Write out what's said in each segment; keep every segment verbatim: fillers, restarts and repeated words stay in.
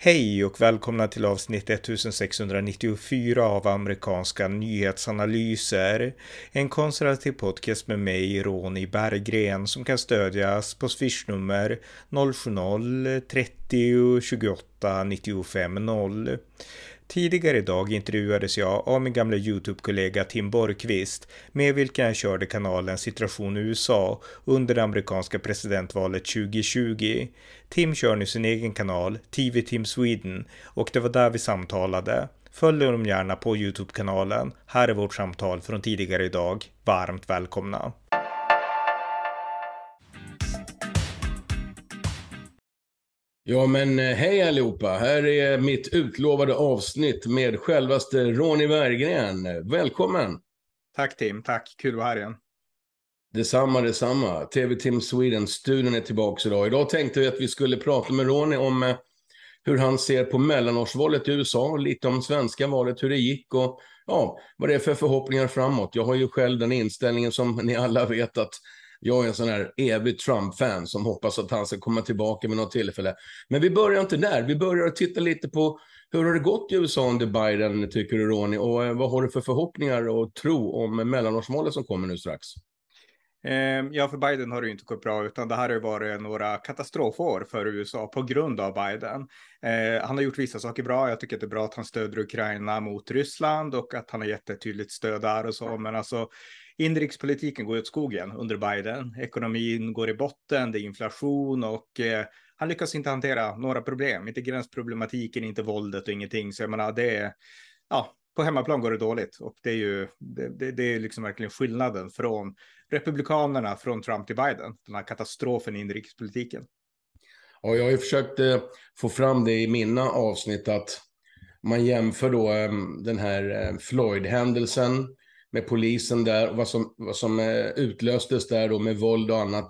Hej och välkomna till avsnitt sextonhundranittiofyra av amerikanska nyhetsanalyser. En konservativ podcast med mig, Ronny Berggren, som kan stödjas på swishnummer noll sju noll trettio tjugoåtta nittiofem noll. Tidigare idag intervjuades jag av min gamla YouTube-kollega Tim Borgqvist, med vilken jag körde kanalen Situation i U S A under det amerikanska presidentvalet tjugo tjugo. Tim kör nu sin egen kanal, T V Tim Sweden, och det var där vi samtalade. Följ dem gärna på YouTube-kanalen. Här är vårt samtal från tidigare idag. Varmt välkomna! Ja men hej allihopa, här är mitt utlovade avsnitt med självaste Ronny Berggren. Välkommen! Tack Tim, tack. Kul att vara här igen. Detsamma, detsamma. T V Tim Sweden, studion är tillbaka idag. Idag tänkte vi att vi skulle prata med Ronny om hur han ser på mellanårsvalet i U S A, lite om svenska valet, hur det gick och ja, vad det är för förhoppningar framåt. Jag har ju själv den inställningen som ni alla vet att jag är en sån här evig Trump-fan som hoppas att han ska komma tillbaka med något tillfälle. Men vi börjar inte där. Vi börjar titta lite på hur har det gått i U S A under Biden, tycker du Ronny? Och vad har du för förhoppningar och tro om mellanårsvalet som kommer nu strax? Ja, för Biden har det ju inte gått bra, utan det här har ju varit några katastrofår för U S A på grund av Biden. Eh, han har gjort vissa saker bra. Jag tycker att det är bra att han stöder Ukraina mot Ryssland och att han har gett ett tydligt stöd där och så. Men alltså, inrikespolitiken går åt skogen under Biden. Ekonomin går i botten, det är inflation och eh, han lyckas inte hantera några problem. Inte gränsproblematiken, inte våldet och ingenting. Så jag menar, det är... Ja, på hemmaplan går det dåligt och det är ju det, det, det är liksom verkligen skillnaden från republikanerna från Trump till Biden. Den här katastrofen i inrikespolitiken. Ja, jag har ju försökt eh, få fram det i mina avsnitt att man jämför då eh, den här eh, Floyd-händelsen med polisen där och vad som, vad som eh, utlöstes där då med våld och annat.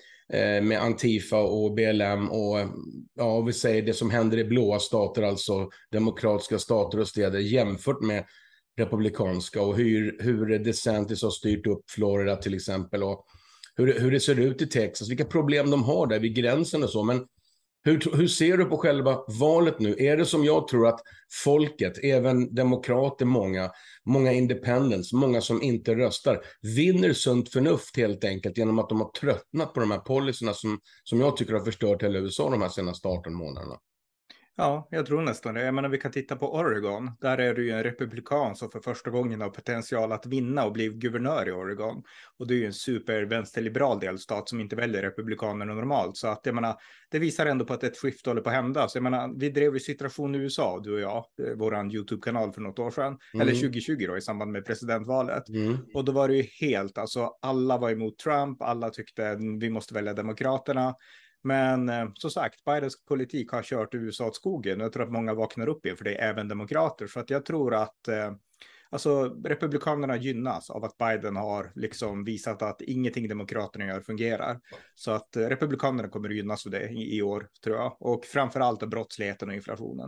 Med Antifa och B L M och ja, vi säger det som händer i blåa stater, alltså demokratiska stater och städer jämfört med republikanska och hur, hur DeSantis har styrt upp Florida till exempel och hur, hur det ser ut i Texas, vilka problem de har där vid gränsen och så. Men hur, hur ser du på själva valet nu? Är det som jag tror att folket, även demokrater många, många independents, många som inte röstar, vinner sunt förnuft helt enkelt genom att de har tröttnat på de här policyerna som, som jag tycker har förstört hela U S A de här senaste arton månaderna? Ja, jag tror nästan det. Jag menar, vi kan titta på Oregon. Där är det ju en republikan som för första gången har potential att vinna och bli guvernör i Oregon. Och det är ju en supervänsterliberal delstat som inte väljer republikanerna normalt. Så att jag menar, det visar ändå på att ett skift håller på att hända. Så jag menar, vi drev ju Situation i U S A, du och jag, våran YouTube-kanal för något år sedan. Mm. Eller tjugo tjugo då, i samband med presidentvalet. Mm. Och då var det ju helt, alltså alla var emot Trump, alla tyckte vi måste välja demokraterna. Men eh, som sagt, Bidens politik har kört U S A åt skogen. Jag tror att många vaknar upp igen för det är även demokrater. Så att jag tror att eh, alltså, republikanerna gynnas av att Biden har liksom visat att ingenting demokraterna gör fungerar. Så att eh, republikanerna kommer att gynnas av det i, i år, tror jag. Och framförallt av brottsligheten och inflationen.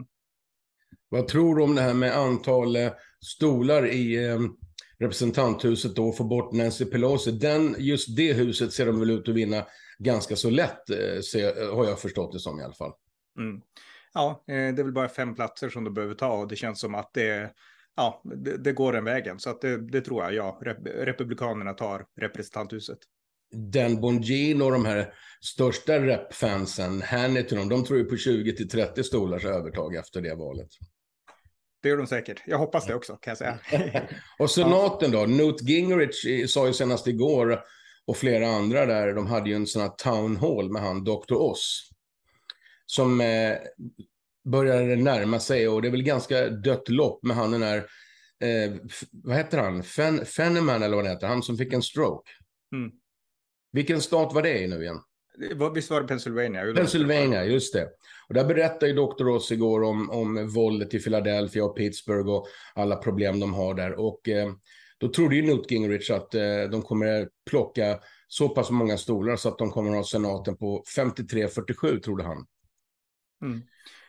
Vad tror du om det här med antal eh, stolar i eh, representanthuset då, få bort Nancy Pelosi? Den, just det huset ser de väl ut att vinna ganska så lätt, eh, se, har jag förstått det som i alla fall. Mm. Ja, eh, det är väl bara fem platser som de behöver ta och det känns som att det, ja, det, det går den vägen. Så att det, det tror jag, ja, rep- republikanerna tar representanthuset. Dan Bongino och de här största rep-fansen, Hannity, de tror ju på tjugo till trettio stolars övertag efter det valet. Det gör de säkert. Jag hoppas det också, kan jag säga. Och senaten då, Newt Gingrich sa ju senast igår och flera andra där, de hade ju en sån här town hall med han, doktor Oz, som eh, började närma sig, och det är väl ganska dött lopp med han den här, eh, f- vad heter han? Fen- Fenneman eller vad det heter, han som fick en stroke. Mm. Vilken stat var det i nu igen? Visst var det Pennsylvania? Pennsylvania, just det. Och där berättade ju doktor Oz igår om, om våldet i Philadelphia och Pittsburgh och alla problem de har där. Och eh, då trodde ju Newt Gingrich att eh, de kommer plocka så pass många stolar så att de kommer att ha senaten på femtiotre fyrtiosju, trodde han. Mm.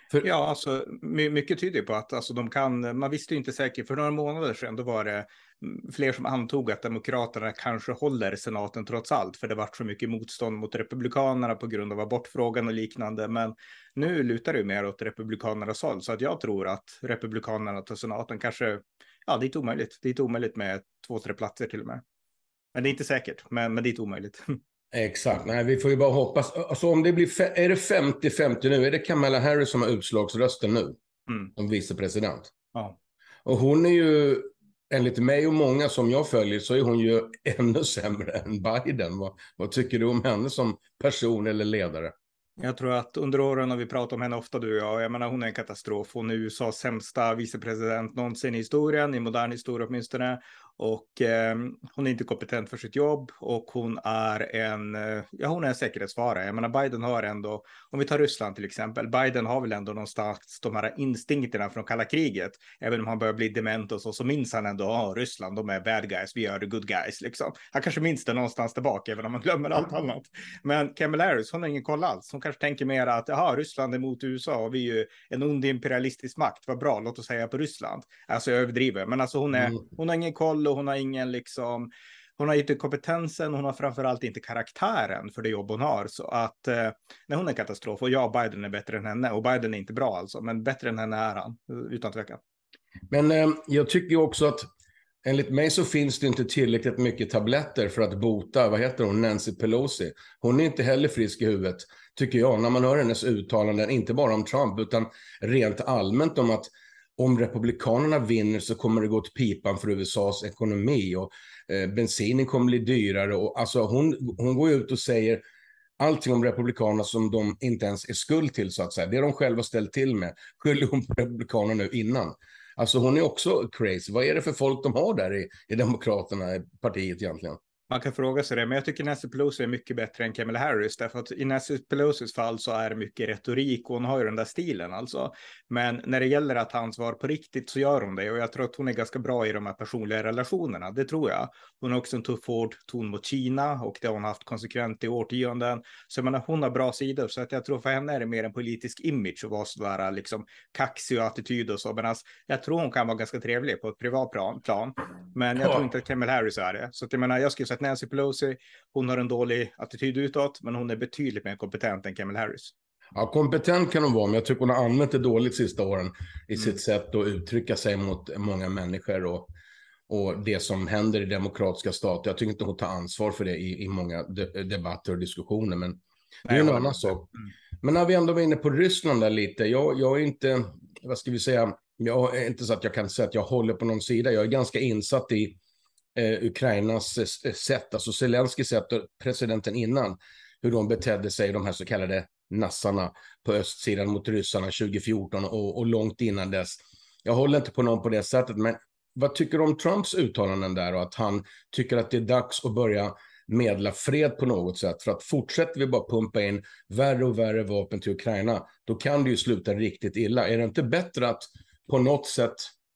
För, Ja, alltså my- mycket tyder på att alltså, de kan, man visste ju inte säkert, för några månader sedan då var det mm, fler som antog att demokraterna kanske håller senaten trots allt, för det vart så mycket motstånd mot republikanerna på grund av abortfrågan och liknande, men nu lutar det ju mer åt republikanernas håll, så att jag tror att republikanerna tar senaten kanske, ja det är inte omöjligt, det är inte omöjligt med två, tre platser till och med. Men det är inte säkert, men, men det är inte omöjligt. exakt, nej vi får ju bara hoppas. Alltså om det blir, fe- är det femtio femtio nu, är det Kamala Harris som har utslagsrösten nu? Mm. Som vicepresident. Ja. Och hon är ju, enligt mig och många som jag följer, så är hon ju ännu sämre än Biden. Vad, vad tycker du om henne som person eller ledare? Jag tror att under åren har vi pratat om henne ofta, du och jag. Jag menar, hon är en katastrof. Hon är U S As sämsta vicepresident någonsin i historien, i modern historia åtminstone. Och eh, hon är inte kompetent för sitt jobb och hon är en, eh, ja hon är en säkerhetsfara. Jag menar, Biden har ändå, om vi tar Ryssland till exempel, Biden har väl ändå någonstans de här instinkterna från kalla kriget. Även om han börjar bli dement och så, så minns han ändå, ja Ryssland, de är bad guys, vi är the good guys liksom. Han kanske minns det någonstans tillbaka, även om man glömmer allt annat. Men Kamala Harris, hon har ingen koll alls. Hon kanske tänker mer att, jaha, Ryssland är mot U S A och vi är ju en ond imperialistisk makt, vad bra, låt oss säga på Ryssland. Alltså jag överdriver, men alltså hon, är, Mm. hon har ingen koll och hon har ingen liksom, hon har inte kompetensen, hon har framförallt inte karaktären för det jobb hon har. Så att, eh, nej, hon är en katastrof och ja, Biden är bättre än henne och Biden är inte bra alltså, men bättre än henne är han, utan tvekan. Men eh, jag tycker ju också att enligt mig så finns det inte tillräckligt mycket tabletter för att bota, vad heter hon, Nancy Pelosi. Hon är inte heller frisk i huvudet, tycker jag, när man hör hennes uttalanden, inte bara om Trump, utan rent allmänt om att om republikanerna vinner så kommer det gå till pipan för U S As ekonomi och eh, bensinen kommer bli dyrare. Och, alltså, hon, hon går ut och säger allting om republikanerna som de inte ens är skuld till, så att säga. Det de själva ställt till med skyller hon på republikanerna nu innan. Alltså hon är också crazy. Vad är det för folk de har där i, i Demokraterna, i partiet egentligen? Man kan fråga sig det, men jag tycker Nancy Pelosi är mycket bättre än Kamala Harris, därför att i Nancy Pelosis fall så är det mycket retorik och hon har ju den där stilen alltså. Men när det gäller att ta ansvar på riktigt så gör hon det och jag tror att hon är ganska bra i de här personliga relationerna, det tror jag. Hon har också en tuff hård ton mot Kina och det har hon haft konsekvent i årtionden. Så jag menar, hon har bra sidor, så att jag tror för henne är det mer en politisk image och vara sådär liksom kaxig och attityd och så. Men alltså, jag tror hon kan vara ganska trevlig på ett privat plan, plan. Men jag tror inte att Kamala Harris är det. Så att jag menar, jag skulle säga att Nancy Pelosi, hon har en dålig attityd utåt, men hon är betydligt mer kompetent än Kamala Harris. Ja, kompetent kan hon vara, men jag tycker hon har använt det dåligt sista åren i Mm. sitt sätt att uttrycka sig mot många människor och, och det som händer i demokratiska stater. Jag tycker inte hon tar ansvar för det i, i många de, debatter och diskussioner, men det är Nej, en jag annan håller sak. med. Mm. Men när vi ändå var inne på Ryssland där lite, jag, jag är inte, vad ska vi säga, jag är inte så att jag kan säga att jag håller på någon sida. Jag är ganska insatt i eh, Ukrainas eh, sätt, alltså Zelenskyjs sätt och presidenten innan, hur de betedde sig, de här så kallade nassarna på östsidan mot ryssarna tjugo fjorton och, och långt innan dess. Jag håller inte på någon på det sättet, men vad tycker du om Trumps uttalanden där och att han tycker att det är dags att börja medla fred på något sätt? För att fortsätter vi bara pumpa in värre och värre vapen till Ukraina, då kan det ju sluta riktigt illa. Är det inte bättre att på något sätt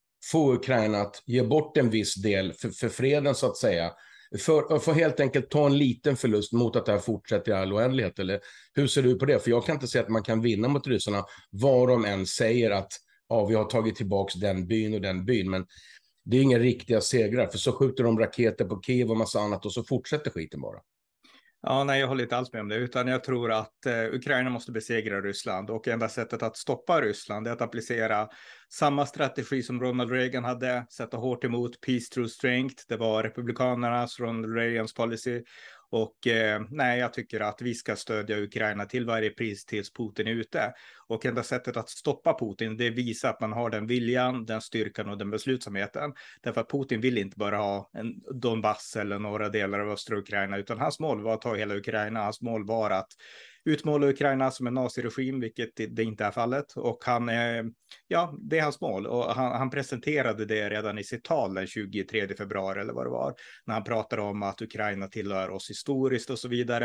få Ukraina att ge bort en viss del för, för freden så att säga? För, för helt enkelt ta en liten förlust mot att det här fortsätter i all oändlighet, eller hur ser du på det? För jag kan inte säga att man kan vinna mot ryssarna vad de än säger att ja, vi har tagit tillbaka den byn och den byn, men det är inga riktiga segrar, för så skjuter de raketer på Kiev och massa annat och så fortsätter skiten bara. Ja, nej, jag håller inte alls med om det, utan jag tror att eh, Ukraina måste besegra Ryssland och enda sättet att stoppa Ryssland är att applicera samma strategi som Ronald Reagan hade, sätta hårt emot, peace through strength. Det var republikanernas, Ronald Reagans policy. Och eh, nej, jag tycker att vi ska stödja Ukraina till varje pris tills Putin är ute. Och enda sättet att stoppa Putin, det visar att man har den viljan, den styrkan och den beslutsamheten. Därför att Putin vill inte bara ha en Donbass eller några delar av östra Ukraina, utan hans mål var att ta hela Ukraina. Hans mål var att utmåla Ukraina som en naziregim, vilket det inte är fallet. Och han, eh, ja, det är hans mål. Och han, han presenterade det redan i sitt tal den tjugotredje februari eller vad det var. När han pratade om att Ukraina tillhör oss historiskt och så vidare.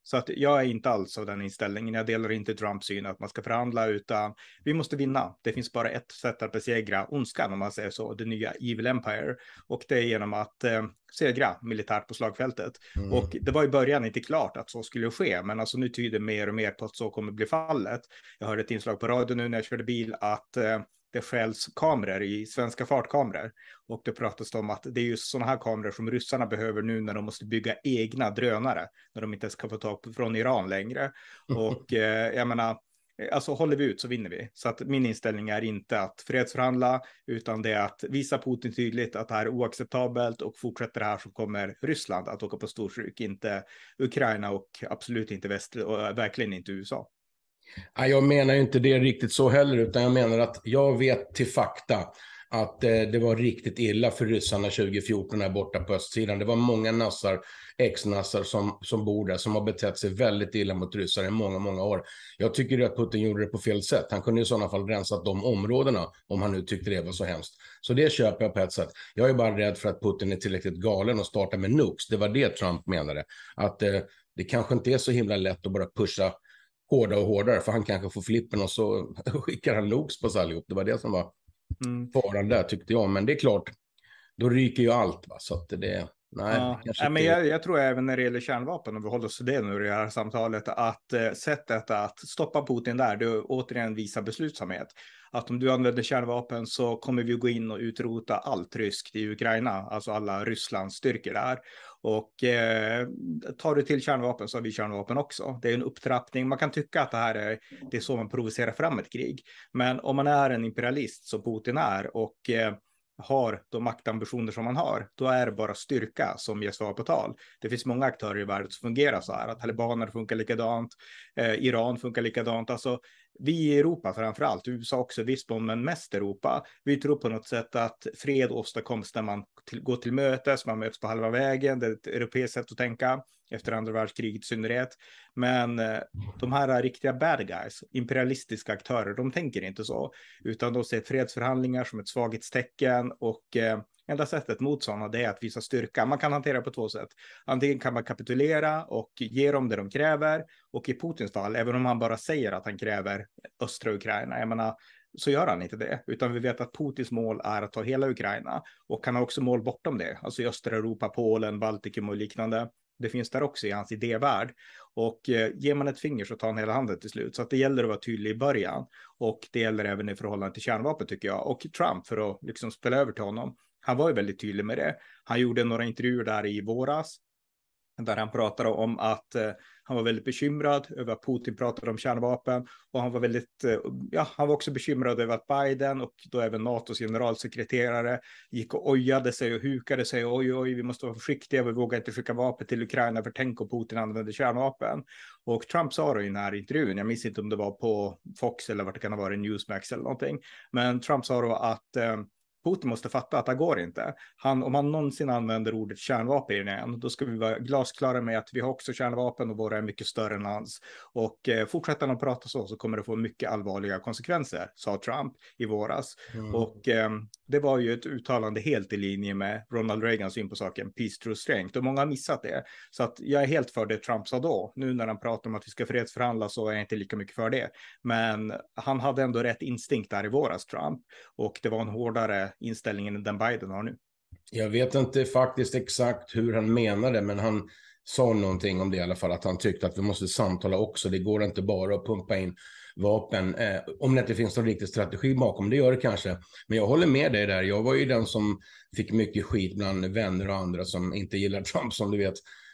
Så att jag är inte alls av den inställningen. Jag delar inte Trumps syn att man ska förhandla, utan vi måste vinna. Det finns bara ett sätt att besegra ondskan, om man säger så, det nya Evil Empire. Och det är genom att eh, segra militärt på slagfältet. Mm. Och det var i början inte klart att så skulle ske, men alltså nu tyder mer och mer på att så kommer bli fallet. Jag hörde ett inslag på radio nu när jag körde bil att eh, det stjäls kameror i svenska fartkameror. Och det pratas om att det är just sådana här kameror som ryssarna behöver nu när de måste bygga egna drönare, när de inte ska få tag på från Iran längre. Och eh, jag menar, alltså håller vi ut så vinner vi. Så att min inställning är inte att fredsförhandla, utan det är att visa Putin tydligt att det här är oacceptabelt, och fortsätter det här så kommer Ryssland att åka på storstryk, inte Ukraina och absolut inte väst och verkligen inte U S A. Ja, jag menar ju inte det riktigt så heller, utan jag menar att jag vet till fakta att eh, det var riktigt illa för ryssarna tjugo fjorton här borta på östsidan. Det var många nassar, ex-nassar som, som bor där, som har betett sig väldigt illa mot ryssar i många, många år. Jag tycker att Putin gjorde det på fel sätt. Han kunde i sådana fall rensat de områdena, om han nu tyckte det var så hemskt. Så det köper jag på ett sätt. Jag är bara rädd för att Putin är tillräckligt galen och startar med nukes. Det var det Trump menade. Att eh, det kanske inte är så himla lätt att bara pusha hårdare och hårdare, för han kanske får flippen och så skickar han nukes på oss allihop. Det var det som var Mm. faran där, tyckte jag. Men det är klart, då ryker ju allt. Va? Så att det, nej, ja. kanske ja, inte... men jag, jag tror även när det gäller kärnvapen, om vi håller oss till det nu i det här samtalet, att eh, sättet att stoppa Putin där, det återigen visar beslutsamhet. Att om du använder kärnvapen så kommer vi gå in och utrota allt ryskt i Ukraina, alltså alla Rysslands styrkor där. Och eh, tar du till kärnvapen så har vi kärnvapen också. Det är en upptrappning. Man kan tycka att det här är, det är så man provocerar fram ett krig. Men om man är en imperialist som Putin är och eh, har de maktambitioner som man har, då är det bara styrka som ger svar på tal. Det finns många aktörer i världen som fungerar så här, att talibaner funkar likadant, eh, Iran funkar likadant, alltså vi i Europa framförallt, U S A också visst, men mest Europa, vi tror på något sätt att fred åstadkoms när man till, går till mötes, man möts på halva vägen, det är ett europeiskt sätt att tänka efter andra världskriget i synnerhet. Men eh, de här riktiga bad guys, imperialistiska aktörer, de tänker inte så, utan de ser fredsförhandlingar som ett svaghetstecken, och eh, enda sättet mot sådana, det är att visa styrka. Man kan hantera på två sätt. Antingen kan man kapitulera och ge dem det de kräver, och i Putins fall, även om han bara säger att han kräver östra Ukraina, jag menar, så gör han inte det, utan vi vet att Putins mål är att ta hela Ukraina, och han har också mål bortom det, alltså i östra Europa, Polen, Baltikum och liknande. Det finns där också i hans idévärld, och eh, ger man ett finger så tar han hela handen till slut. Så att det gäller att vara tydlig i början, och det gäller även i förhållande till kärnvapen tycker jag. Och Trump, för att liksom spela över till honom, han var ju väldigt tydlig med det. Han gjorde några intervjuer där i våras, där han pratade om att eh, han var väldigt bekymrad över att Putin pratade om kärnvapen, och han var väldigt, eh, ja, han var också bekymrad över att Biden och då även NATOs generalsekreterare gick och ojade sig och hukade sig, oj oj, vi måste vara försiktiga, vi vågar inte skicka vapen till Ukraina, för tänk om Putin använder kärnvapen. Och Trump sa då i den här intervjun, jag minns inte om det var på Fox eller vart det kan ha varit, Newsmax eller någonting, men Trump sa då att eh, Putin måste fatta att det går inte. Han, om han någonsin använder ordet kärnvapen igen, då ska vi vara glasklara med att vi har också kärnvapen och våra är mycket större än hans. Och eh, fortsätter han att prata så, så kommer det få mycket allvarliga konsekvenser, sa Trump i våras. Mm. Och eh, det var ju ett uttalande helt i linje med Ronald Reagans syn på saken, peace through strength. Och många har missat det. Så att jag är helt för det Trump sa då. Nu när han pratar om att vi ska fredsförhandla så är jag inte lika mycket för det. Men han hade ändå rätt instinkt där i våras, Trump. Och det var en hårdare inställningen den Biden har nu. Jag vet inte faktiskt exakt hur han menade, men han sa någonting om det i alla fall, att han tyckte att vi måste samtala också. Det går inte bara att pumpa in vapen, eh, om det inte finns någon riktig strategi bakom. Det gör det kanske, men jag håller med dig där. Jag var ju den som fick mycket skit bland vänner och andra som inte gillar Trump, som du vet,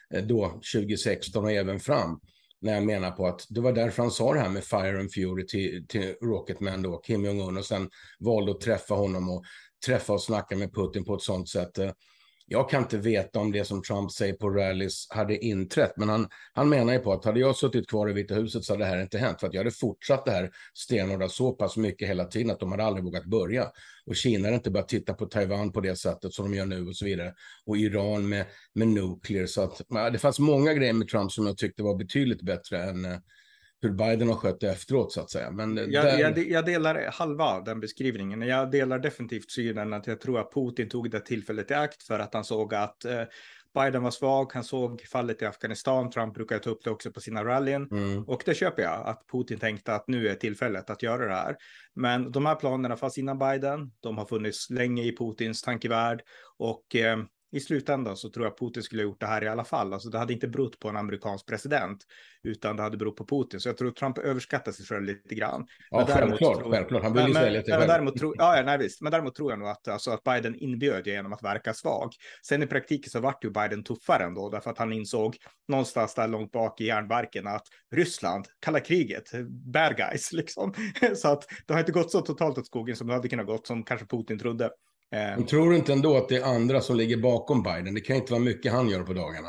då tjugo sexton och även fram. När jag menar på att det var därför han sa det här med Fire and Fury till, till Rocketman då, Kim Jong-Un, och sen valde att träffa honom och träffa och snacka med Putin på ett sånt sätt. Jag kan inte veta om det som Trump säger på rallys hade inträtt, men han, han menar ju på att hade jag suttit kvar i Vita huset så hade det här inte hänt, för att jag hade fortsatt det här stenhårda så pass mycket hela tiden att de hade aldrig vågat börja. Och Kina hade inte bara titta på Taiwan på det sättet som de gör nu och så vidare. Och Iran med, med nuclear. Så att, det fanns många grejer med Trump som jag tyckte var betydligt bättre än hur Biden har skött det efteråt, så att säga. Men jag, där... jag, jag delar halva den beskrivningen. Jag delar definitivt synen att jag tror att Putin tog det tillfället i akt för att han såg att eh, Biden var svag, han såg fallet i Afghanistan, Trump brukar ta upp det också på sina rallyn. Mm. Och det köper jag, att Putin tänkte att nu är tillfället att göra det här. Men de här planerna fanns innan Biden, de har funnits länge i Putins tankevärld och eh, i slutändan så tror jag Putin skulle ha gjort det här i alla fall. Alltså det hade inte berott på en amerikansk president, utan det hade berott på Putin. Så jag tror Trump överskattar sig själv lite grann. Ja, men självklart, tror, självklart. Han vill ju men, sälja till men, själv. däremot tror, ja, ja, nej, visst. Men däremot tror jag nog att, alltså, att Biden inbjöd genom att verka svag. Sen i praktiken så vart ju Biden tuffare ändå, därför att han insåg någonstans där långt bak i järnbarken att Ryssland, kalla kriget, bad guys liksom. Så att det har inte gått så totalt åt skogen som det hade kunnat gått, som kanske Putin trodde. Men tror du inte ändå att det är andra som ligger bakom Biden? Det kan inte vara mycket han gör på dagarna.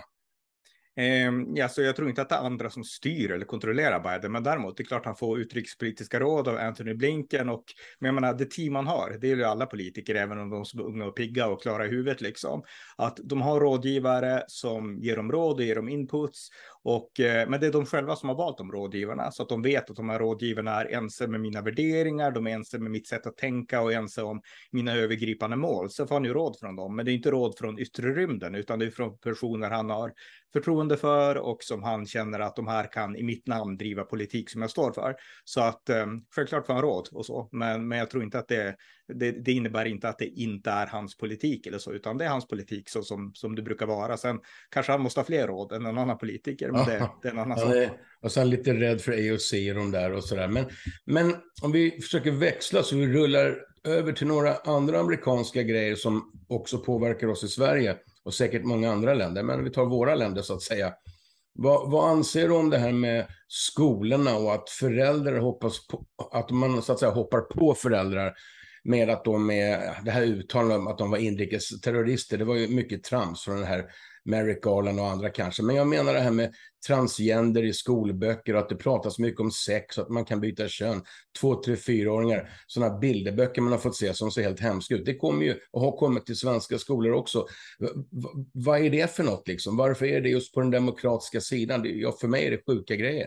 Eh, ja, så jag tror inte att det är andra som styr eller kontrollerar Biden, men däremot det är klart han får utrikespolitiska råd av Anthony Blinken och men jag menar det team man har, det är ju alla politiker, även om de som är unga och pigga och klara i huvudet liksom, att de har rådgivare som ger dem råd och ger dem inputs och eh, men det är de själva som har valt de rådgivarna så att de vet att de här rådgivarna är ense med mina värderingar, de är ense med mitt sätt att tänka och ense om mina övergripande mål. Så får han ju råd från dem, men det är inte råd från yttre rymden utan det är från personer han har förtroende för och som han känner att de här kan i mitt namn driva politik som jag står för. Så att eh, självklart får han råd och så, men, men jag tror inte att det, det, det innebär inte att det inte är hans politik eller så, utan det är hans politik så som, som det brukar vara. Sen kanske han måste ha fler råd än en annan politiker, men det, det är en annan sak. Och sen lite rädd för A O C och de där och sådär. Men, men om vi försöker växla så vi rullar över till några andra amerikanska grejer som också påverkar oss i Sverige och säkert många andra länder, men vi tar våra länder så att säga. Vad, vad anser du om det här med skolorna och att föräldrar hoppas på, att man så att säga hoppar på föräldrar med att de är, det här uttalandet om att de var inrikes terrorister, det var ju mycket trams från den här Merrick Garland och andra kanske. Men jag menar det här med transgender i skolböcker och att det pratas mycket om sex och att man kan byta kön. Två, tre, fyraåringar. Sådana bilderböcker man har fått se som ser helt hemskt ut. Det kommer ju och har kommit till svenska skolor också. V- v- vad är det för något liksom? Varför är det just på den demokratiska sidan? Det, ja, för mig är det sjuka grejer.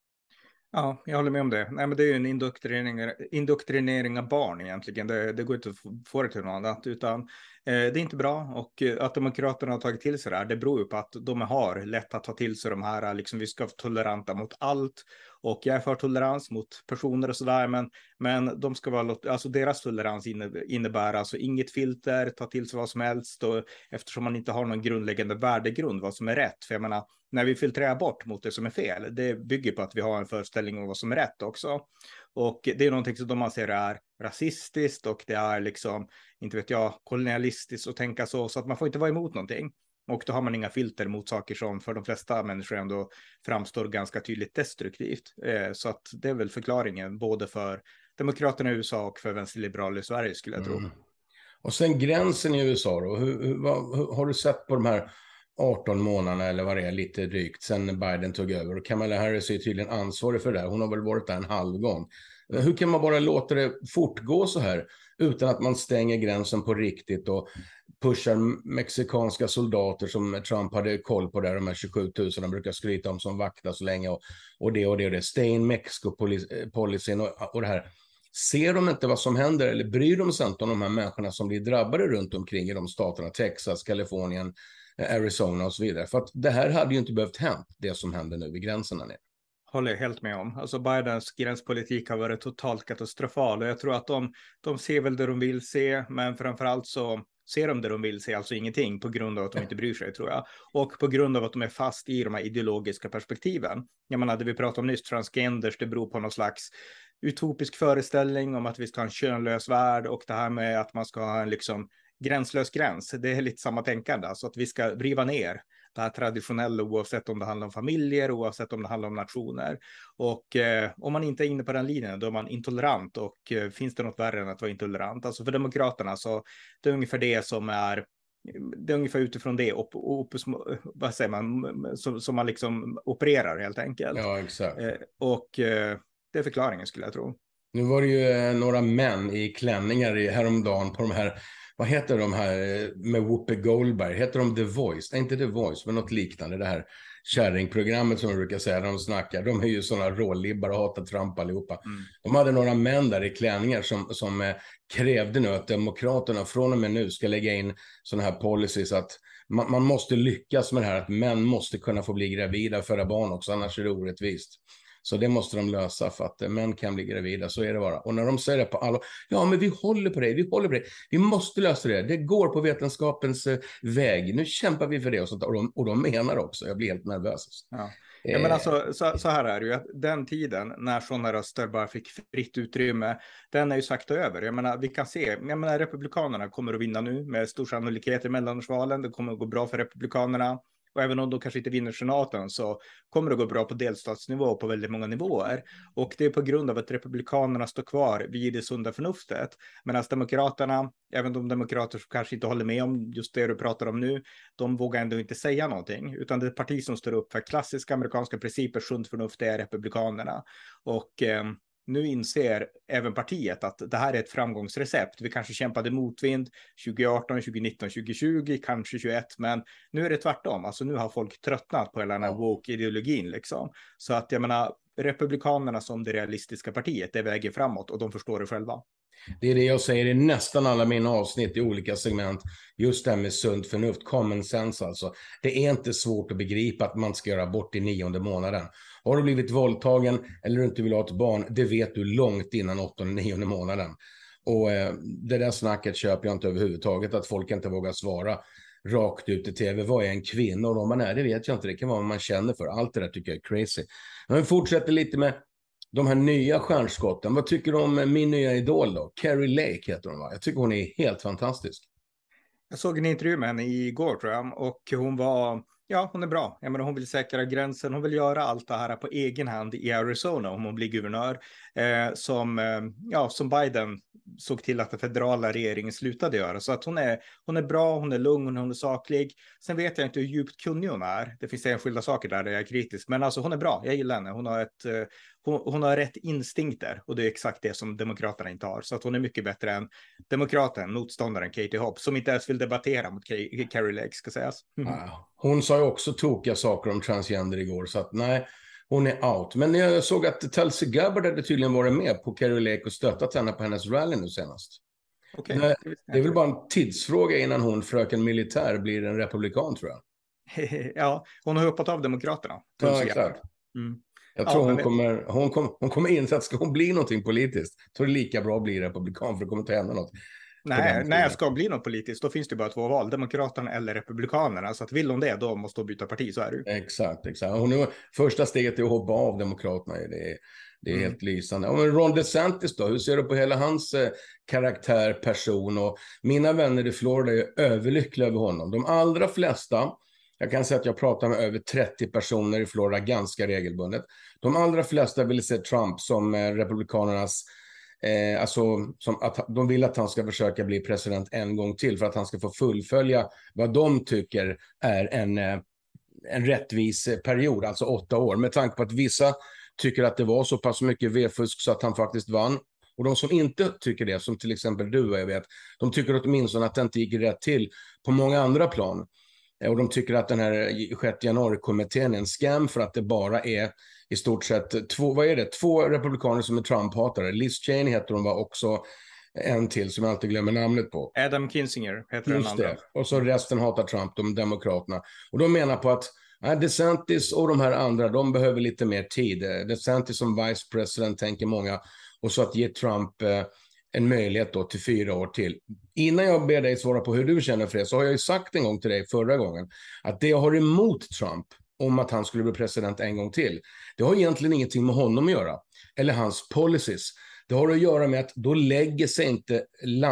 Ja, jag håller med om det. Nej, men det är ju en indoktrinering, indoktrinering av barn egentligen. Det, det går inte att få det till något annat, utan eh, det är inte bra. Och eh, att demokraterna har tagit till sig det här, det beror ju på att de har lätt att ta till sig de här, liksom vi ska vara toleranta mot allt. Och jag är för tolerans mot personer och sådär, men, men de ska vara, alltså deras tolerans innebär alltså inget filter, ta till sig vad som helst, och eftersom man inte har någon grundläggande värdegrund vad som är rätt. För jag menar, när vi filtrerar bort mot det som är fel, det bygger på att vi har en föreställning om vad som är rätt också. Och det är någonting som de anser är rasistiskt och det är liksom, inte vet jag, kolonialistiskt att tänka så, så att man får inte vara emot någonting. Och då har man inga filter mot saker som för de flesta människor ändå framstår ganska tydligt destruktivt. Eh, så att det är väl förklaringen både för demokraterna i U S A och för vänsterliberaler i Sverige skulle jag tro. Mm. Och sen gränsen i U S A då, hur, hur, vad, hur, har du sett på de här arton månaderna eller vad det är, lite drygt, sen Biden tog över? Och Kamala Harris är tydligen ansvarig för det här. Hon har väl varit där en halv gång. Hur kan man bara låta det fortgå så här utan att man stänger gränsen på riktigt och pushar mexikanska soldater som Trump hade koll på där, de här tjugosju tusen de brukar skryta om som vaktar så länge och, och det och det och det, stay in Mexico-policyn och, och det här. Ser de inte vad som händer eller bryr de sig inte om de här människorna som blir drabbade runt omkring i de staterna, Texas, Kalifornien, Arizona och så vidare? För att det här hade ju inte behövt hänt, det som händer nu vid gränserna ner. Håller jag helt med om. Alltså Bidens gränspolitik har varit totalt katastrofal och jag tror att de, de ser väl det de vill se, men framförallt så ser de det de vill se, alltså ingenting, på grund av att de inte bryr sig, tror jag. Och på grund av att de är fast i de här ideologiska perspektiven. Jag menar, det vi pratade om nyss, transgenders, det beror på någon slags utopisk föreställning om att vi ska ha en könlös värld, och det här med att man ska ha en liksom gränslös gräns, det är lite samma tänkande, alltså att vi ska riva ner det här traditionella, oavsett om det handlar om familjer, oavsett om det handlar om nationer. Och eh, om man inte är inne på den linjen, då är man intolerant, och eh, finns det något värre än att vara intolerant? Alltså för demokraterna så det är ungefär det som är, det är ungefär utifrån det op, op, vad säger man, som, som man liksom opererar helt enkelt. Ja, exakt. Eh, och eh, det är förklaringen, skulle jag tro. Nu var det ju några män i klänningar i häromdagen på de här, vad heter de här med Whoopi Goldberg? Heter de The Voice? Nej, inte The Voice, men något liknande. Det här kärringprogrammet som de brukar säga när de snackar. De är ju sådana rålibbar och hatar Trump allihopa. Mm. De hade några män där i klänningar som, som eh, krävde nu att demokraterna från och med nu ska lägga in sådana här policies att man, man måste lyckas med det här att män måste kunna få bli gravida och föda barn också, annars är det orättvist. Så det måste de lösa för att män kan bli gravida, så är det bara. Och när de säger det på alla, ja men vi håller på det, vi håller på det, vi måste lösa det, det går på vetenskapens eh, väg, nu kämpar vi för det och sånt, och de, och de menar också, jag blir helt nervös. Ja. Ja, men alltså, så, så här är det ju, att den tiden när sådana röster bara fick fritt utrymme, den är ju sakta över. Jag menar, vi kan se, jag menar, republikanerna kommer att vinna nu med stor sannolikhet i mellanårsvalen, det kommer att gå bra för republikanerna. Och även om de kanske inte vinner senaten så kommer det gå bra på delstatsnivå på väldigt många nivåer. Och det är på grund av att republikanerna står kvar vid det sunda förnuftet. Medan demokraterna, även de demokrater som kanske inte håller med om just det du pratar om nu, de vågar ändå inte säga någonting. Utan det parti som står upp för klassiska amerikanska principer, sunt förnuft, är republikanerna. Och eh, nu inser även partiet att det här är ett framgångsrecept. Vi kanske kämpade motvind tjugo arton, tjugo nitton, tjugo tjugo, kanske tjugoett, men nu är det tvärtom. Alltså nu har folk tröttnat på hela den här woke-ideologin liksom. Så att jag menar, republikanerna som det realistiska partiet, det väger framåt och de förstår det själva. Det är det jag säger i nästan alla mina avsnitt i olika segment. Just det här med sunt förnuft, common sense alltså. Det är inte svårt att begripa att man ska göra abort i nionde månaden. Har du blivit våldtagen eller du inte vill ha ett barn, det vet du långt innan åttonde, nionde månaden. Och eh, det där snacket köper jag inte överhuvudtaget, att folk inte vågar svara rakt ut i tv. Vad är en kvinna? Och de man är, det vet jag inte. Det kan vara vad man känner för. Allt det där tycker jag är crazy. Men vi fortsätter lite med de här nya stjärnskotten. Vad tycker du om min nya idol då? Carrie Lake heter hon, va? Jag tycker hon är helt fantastisk. Jag såg en intervju med henne igår tror jag, och hon var, ja hon är bra. Jag menar, hon vill säkra gränsen, hon vill göra allt det här på egen hand i Arizona om hon blir guvernör. Eh, som, eh, ja, som Biden såg till att den federala regeringen slutade göra. Så att hon är, hon är bra, hon är lugn, hon är saklig. Sen vet jag inte hur djupt kunnig hon är. Det finns enskilda saker där, där jag är kritisk. Men alltså hon är bra, jag gillar henne. Hon har, ett, eh, hon, hon har rätt instinkter och det är exakt det som demokraterna inte har. Så att hon är mycket bättre än demokraten, motståndaren Katie Hobbs, som inte ens vill debattera mot Carrie Lake, ska sägas. Mm. Ja, hon sa ju också tokiga saker om transgender igår, så att nej, hon är out. Men jag såg att Tulsi Gabbard hade tydligen varit med på Carrie Lake och stöttat henne på hennes rally nu senast. Okay. Det, det är väl bara en tidsfråga innan hon, fröken militär, blir en republikan, tror jag. Ja, hon har hoppat av demokraterna. Ja, exakt. Mm. Jag tror ja, hon, kommer, hon, kommer, hon kommer inse att ska hon bli någonting politiskt, så är det lika bra att bli republikan, för det kommer inte hända något. Nej, när jag ska bli något politiskt, då finns det bara två val, demokraterna eller republikanerna. Så att vill hon det, då måste hon byta parti, så är det ju. Exakt, exakt. Och nu, första steget är att hoppa av demokraterna. Det är, det är mm. helt lysande. Ja, men Ron DeSantis då, hur ser du på hela hans eh, karaktär, person? Och mina vänner i Florida är överlyckliga över honom. De allra flesta, jag kan säga att jag pratar med över trettio personer i Florida ganska regelbundet. De allra flesta vill se Trump som eh, republikanernas Eh, alltså, som att de vill att han ska försöka bli president en gång till för att han ska få fullfölja vad de tycker är en, eh, en rättvis period, alltså åtta år. Med tanke på att vissa tycker att det var så pass mycket V-fusk så att han faktiskt vann. Och de som inte tycker det, som till exempel du och jag vet, de tycker åtminstone att det inte gick rätt till på många andra plan. Och de tycker att den här sjätte januari-kommittén är en scam för att det bara är i stort sett två, vad är det? Två republikaner som är Trump-hatare. Liz Cheney heter hon, var också en till som jag alltid glömmer namnet på. Adam Kinzinger heter Just den andra. Det. Och så resten hatar Trump, de demokraterna. Och de menar på att ja, DeSantis och de här andra, de behöver lite mer tid. DeSantis som vice president tänker många. Och så att ge Trump eh, en möjlighet då till fyra år till. Innan jag ber dig svara på hur du känner för det, så har jag ju sagt en gång till dig förra gången att det jag har emot Trump om att han skulle bli president en gång till, det har egentligen ingenting med honom att göra. Eller hans policies. Det har att göra med att då lägger sig inte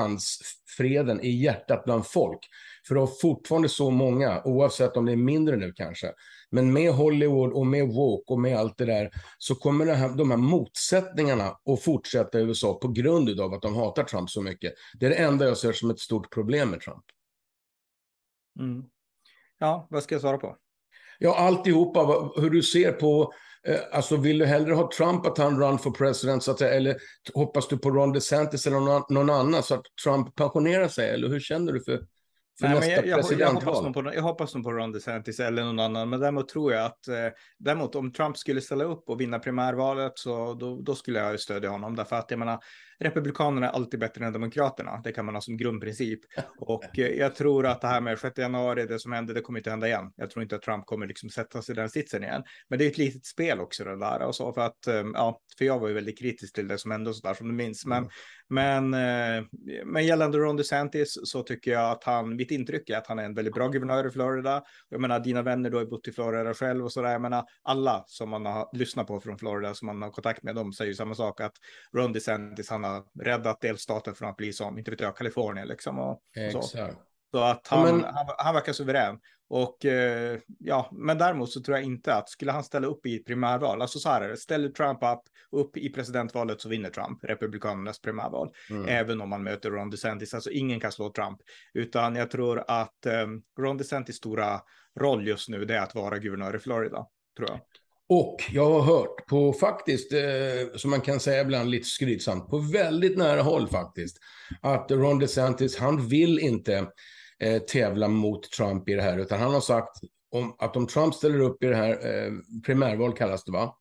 landsfreden i hjärtat bland folk. För det har fortfarande så många, oavsett om det är mindre nu kanske. Men med Hollywood och med woke och med allt det där, så kommer det här, de här motsättningarna att fortsätta i U S A på grund av att de hatar Trump så mycket. Det är det enda jag ser som ett stort problem med Trump. Mm. Ja, vad ska jag svara på? Ja, alltihopa, vad- hur du ser på, eh, alltså vill du hellre ha Trump att han run for president, så att säga, eller hoppas du på Ron DeSantis eller någon, någon annan så att Trump pensionerar sig, eller hur känner du för, för Nej, men nästa jag, jag, jag, hoppas presidentval? nog på, jag hoppas nog på Ron DeSantis eller någon annan. Men däremot tror jag att eh, däremot om Trump skulle ställa upp och vinna primärvalet så då, då skulle jag stödja honom. Därför att jag menar, republikanerna är alltid bättre än demokraterna. Det kan man ha som grundprincip. Och eh, jag tror att det här med sjätte januari, det som hände, det kommer inte hända igen. Jag tror inte att Trump kommer liksom sätta sig i den sitsen igen. Men det är ett litet spel också det där. Och så, för att, eh, ja, för jag var ju väldigt kritisk till det som hände och så där som du minns. Men, Mm. men, eh, men gällande Ron DeSantis så tycker jag att han, mitt intryck är att han är en väldigt bra guvernör i Florida. Jag menar, dina vänner, du har ju bott i Florida själv och sådär. Jag menar, alla som man har lyssnat på från Florida, som man har kontakt med, de säger ju samma sak, att Ron DeSantis, han har räddat delstaten från att bli som, inte vet jag, Kalifornien liksom. Och, och så. Exakt. Så att Ja, han, men, han, han verkar suverän. Och eh, ja, men däremot så tror jag inte att skulle han ställa upp i ett primärval, alltså så här är det, ställer Trump upp, upp i presidentvalet så vinner Trump, republikanernas primärval, mm. även om man möter Ron DeSantis, alltså ingen kan slå Trump, utan jag tror att eh, Ron DeSantis stora roll just nu det är att vara guvernör i Florida, tror jag. Och jag har hört på faktiskt, eh, som man kan säga ibland lite skrytsamt, på väldigt nära håll faktiskt, att Ron DeSantis, han vill inte eh, tävla mot Trump i det här, utan han har sagt om, att om Trump ställer upp i det här, eh, primärval kallas det va,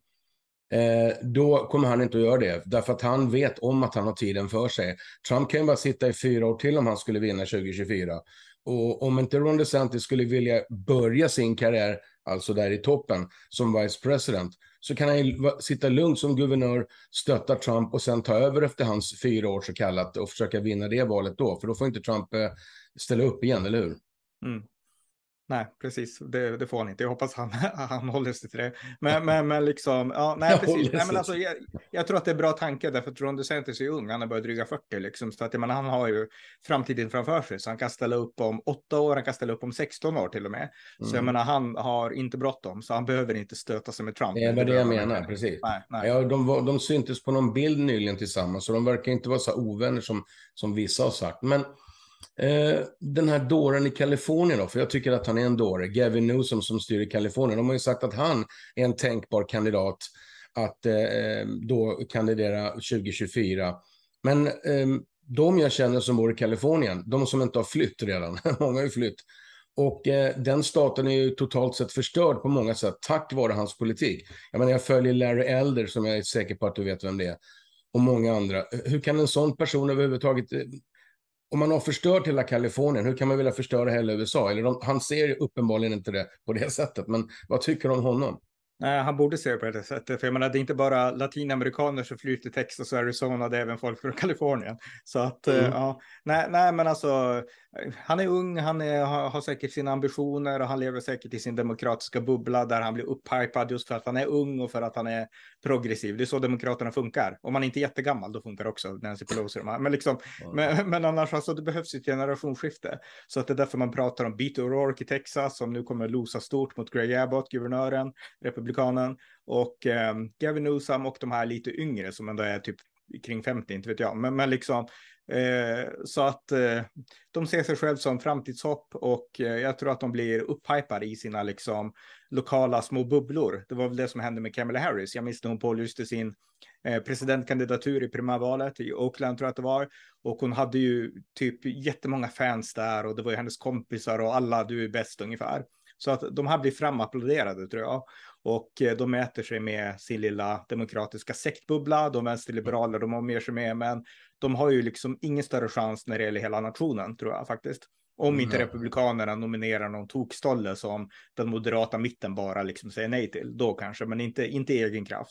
eh, då kommer han inte att göra det, därför att han vet om att han har tiden för sig. Trump kan ju bara sitta i fyra år till om han skulle vinna tjugo tjugofyra. Och om inte Ron DeSantis skulle vilja börja sin karriär, alltså där i toppen, som vice president, så kan han ju sitta lugnt som guvernör, stötta Trump och sen ta över efter hans fyra år så kallat och försöka vinna det valet då. För då får inte Trump eh, ställa upp igen, eller hur? Mm. Nej, precis. Det, det får han inte. Jag hoppas han, han håller sig till det. Men, men, men liksom, ja, nej, Jag precis. håller Nej, men sig alltså, till- jag, jag tror att det är bra tanke därför att Ron DeSantis är ung. Han är bara dryga fyrtio liksom. Så att jag menar, han har ju framtiden framför sig. Så han kan ställa upp om åtta år, han kan ställa upp om sexton år till och med. Så jag Mm. menar, han har inte bråttom. Så han behöver inte stöta sig med Trump. Det är Nej, det jag behöver han menar, verkligen inte. precis. Nej, nej. Ja, de, var, de syntes på någon bild nyligen tillsammans, så de verkar inte vara så ovänner som, som vissa har sagt. Men eh, den här dåren i Kalifornien då, för jag tycker att han är en dåre, Gavin Newsom som styr i Kalifornien, de har ju sagt att han är en tänkbar kandidat att eh, då kandidera tjugo tjugofyra. Men eh, de jag känner som bor i Kalifornien, de som inte har flytt redan, många har ju flytt, och eh, den staten är ju totalt sett förstörd på många sätt tack vare hans politik. Jag menar, jag följer Larry Elder, som jag är säker på att du vet vem det är, och många andra. Hur kan en sån person överhuvudtaget, eh, om man har förstört hela Kalifornien, hur kan man vilja förstöra hela U S A? Eller de, han ser ju uppenbarligen inte det på det sättet, men vad tycker du om honom? Nej, han borde se på det sättet. För jag menar, det är inte bara latinamerikaner som flyr till Texas och Arizona, det är även folk från Kalifornien. Så att, Mm. eh, ja, nej, nej, men alltså, han är ung, han är, har, har säkert sina ambitioner och han lever säkert i sin demokratiska bubbla där han blir upphypad just för att han är ung och för att han är progressiv. Det är så demokraterna funkar. Om man inte är jättegammal, då funkar också Nancy Pelosi. Men, liksom, Mm. men, men annars, alltså, det behövs ett generationsskifte. Så att det är därför man pratar om Beto O'Rourke i Texas, som nu kommer losa stort mot Greg Abbott, guvernören, republikanen, och eh, Gavin Newsom och de här lite yngre som ändå är typ kring femtio, inte vet jag. Men, men liksom, eh, så att eh, de ser sig själv som framtidshopp och eh, jag tror att de blir upphypade i sina liksom lokala små bubblor. Det var väl det som hände med Kamala Harris. Jag minns när hon pålyste sin eh, presidentkandidatur i primärvalet i Oakland, tror jag att det var. Och hon hade ju typ jättemånga fans där och det var ju hennes kompisar och alla, du är bäst ungefär. Så att de här blir framapplåderade, tror jag. Och de mäter sig med sin lilla demokratiska sektbubbla. De vänsterliberaler, de har mer sig med. Men de har ju liksom ingen större chans när det gäller hela nationen, tror jag faktiskt. Om inte Mm. republikanerna nominerar någon tokstolle som den moderata mitten bara liksom säger nej till. Då kanske, men inte, inte egen kraft.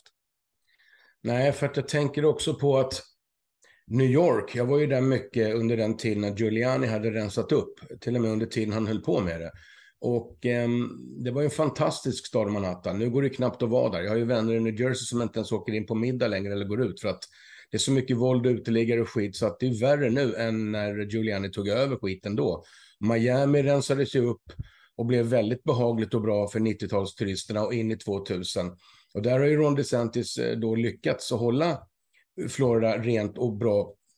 Nej, för att jag tänker också på att New York, jag var ju där mycket under den tiden när Giuliani hade rensat upp, till och med under tiden han höll på med det. Och eh, det var ju en fantastisk stad, Manhattan. Nu går det knappt att vara där. Jag har ju vänner i New Jersey som inte ens åker in på middag längre eller går ut för att det är så mycket våld, uteliggare och skit, så att det är värre nu än när Giuliani tog över skiten då. Miami rensades ju upp och blev väldigt behagligt och bra för nittiotalsturisterna och in i tvåtusen. Och där har ju Ron DeSantis då lyckats att hålla Florida rent och bra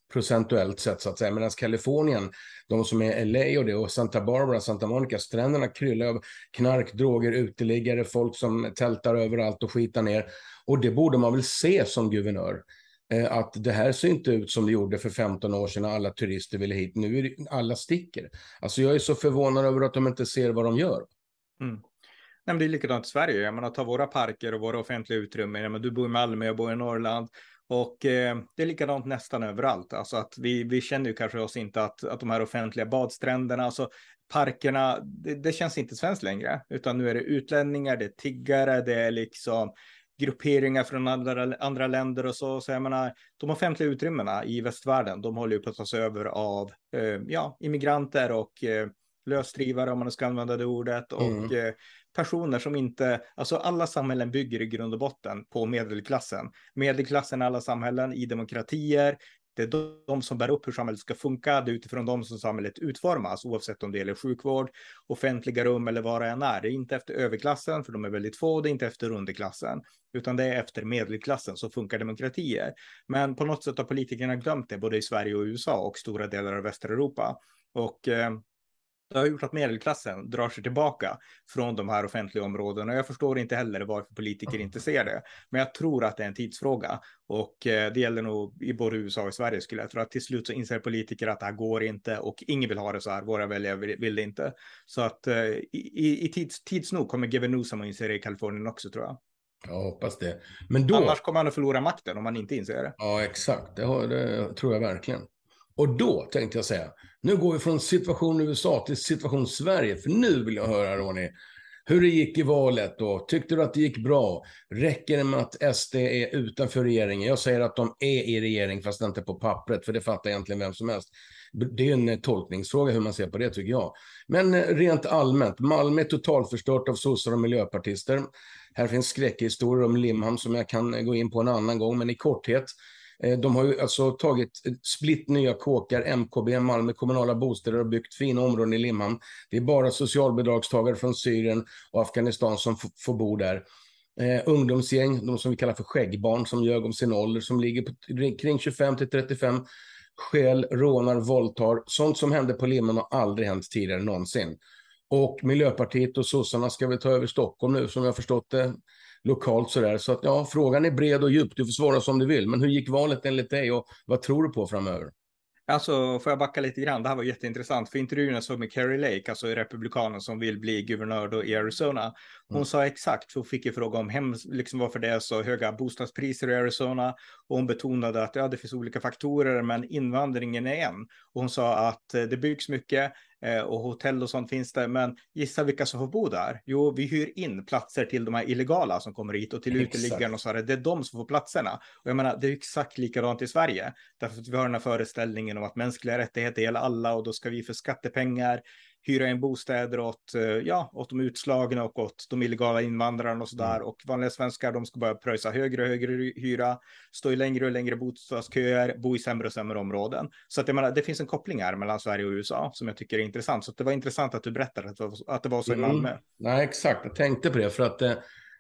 procentuellt sett så att säga. Medan Kalifornien, de som är L A och det, och Santa Barbara, Santa Monica, stränderna kryllar av knark, droger, uteliggare, folk som tältar överallt och skitar ner. Och det borde man väl se som guvernör. Eh, att det här ser inte ut som det gjorde för femton år sedan när alla turister ville hit. Nu är det, alla sticker. Alltså jag är så förvånad över att de inte ser vad de gör. Mm. Nej, men det är likadant i Sverige. Jag menar, ta våra parker och våra offentliga utrymmen. Jag menar, du bor i Malmö, jag bor i Norrland. Och eh, det är likadant nästan överallt. Alltså att vi, vi känner ju kanske oss inte att, att de här offentliga badstränderna, alltså parkerna, det, det känns inte svenskt längre. Utan nu är det utlänningar, det är tiggare, det är liksom grupperingar från andra, andra länder och så. Så jag menar, de offentliga utrymmena i västvärlden, de håller ju på att tas över av eh, ja, immigranter och eh, lösdrivare, om man ska använda det ordet, och Mm. eh, personer som inte, alltså alla samhällen bygger i grund och botten på medelklassen. Medelklassen i alla samhällen, i demokratier, det är de som bär upp hur samhället ska funka, det är utifrån dem som samhället utformas, oavsett om det gäller sjukvård, offentliga rum eller vad det än är. Det är inte efter överklassen, för de är väldigt få, det är inte efter underklassen, utan det är efter medelklassen så funkar demokratier. Men på något sätt har politikerna glömt det, både i Sverige och U S A och stora delar av Västeuropa. Och eh, det har gjort att medelklassen drar sig tillbaka från de här offentliga områdena. Jag förstår inte heller varför politiker inte ser det. Men jag tror att det är en tidsfråga. Och eh, det gäller nog i både U S A och Sverige, skulle jag tro. Att till slut så inser politiker att det här går inte och ingen vill ha det så här. Våra väljare vill, vill det inte. Så att eh, i, i tids, tids nog kommer Gavin Newsom att inse det i Kalifornien också, tror jag. Jag hoppas det. Men då... Annars kommer han att förlora makten om man inte inser det. Ja, exakt. Det, har, det tror jag verkligen. Och då tänkte jag säga, nu går vi från situation U S A till situation Sverige. För nu vill jag höra, Ronny, hur det gick i valet då. Tyckte du att det gick bra? Räcker det med att S D är utanför regeringen? Jag säger att de är i regering, fast inte på pappret, för det fattar egentligen vem som helst. Det är en tolkningsfråga hur man ser på det, tycker jag. Men rent allmänt, Malmö är totalförstört av sossar och miljöpartister. Här finns skräckhistorier om Limhamn som jag kan gå in på en annan gång, men i korthet. De har ju alltså tagit splitt nya kåkar, M K B, Malmö kommunala bostäder, och byggt fina områden i Limhamn. Det är bara socialbidragstagare från Syrien och Afghanistan som f- får bo där. Eh, ungdomsgäng, de som vi kallar för skäggbarn, som ljög om sin ålder, som ligger på kring tjugofem till trettiofem, skäl, rånar, våldtar. Sånt som hände på Limhamn har aldrig hänt tidigare någonsin. Och Miljöpartiet och sossarna ska väl ta över Stockholm nu, som jag har förstått det, lokalt sådär. Så att ja, frågan är bred och djup. Du får svara som du vill. Men hur gick valet enligt dig och vad tror du på framöver? Alltså, får jag backa lite grann? Det här var jätteintressant. För intervjun jag såg med Carrie Lake, alltså republikanen som vill bli guvernör då i Arizona. Hon mm. sa exakt, för hon fick ju fråga om hem, liksom varför det är så höga bostadspriser i Arizona. Och hon betonade att ja, det finns olika faktorer, men invandringen är en. Och hon sa att det byggs mycket och hotell och sånt finns det. Men gissa vilka som får bo där? Jo, vi hyr in platser till de här illegala som kommer hit och till uteliggarna och så här. Det är de som får platserna. Och jag menar, det är exakt likadant i Sverige. Därför att vi har den här föreställningen om att mänskliga rättigheter gäller alla, och då ska vi för skattepengar hyra in bostäder åt, ja, åt de utslagna och åt de illegala invandrarna och sådär. Mm. Och vanliga svenskar, de ska bara pröjsa högre och högre hyra, stå i längre och längre bostadsköer, bo i sämre och sämre områden. Så att jag menar, det finns en koppling här mellan Sverige och U S A som jag tycker är intressant. Så det var intressant att du berättade att det var, att det var så i Malmö. Mm. Nej, exakt. Jag tänkte på det för att eh,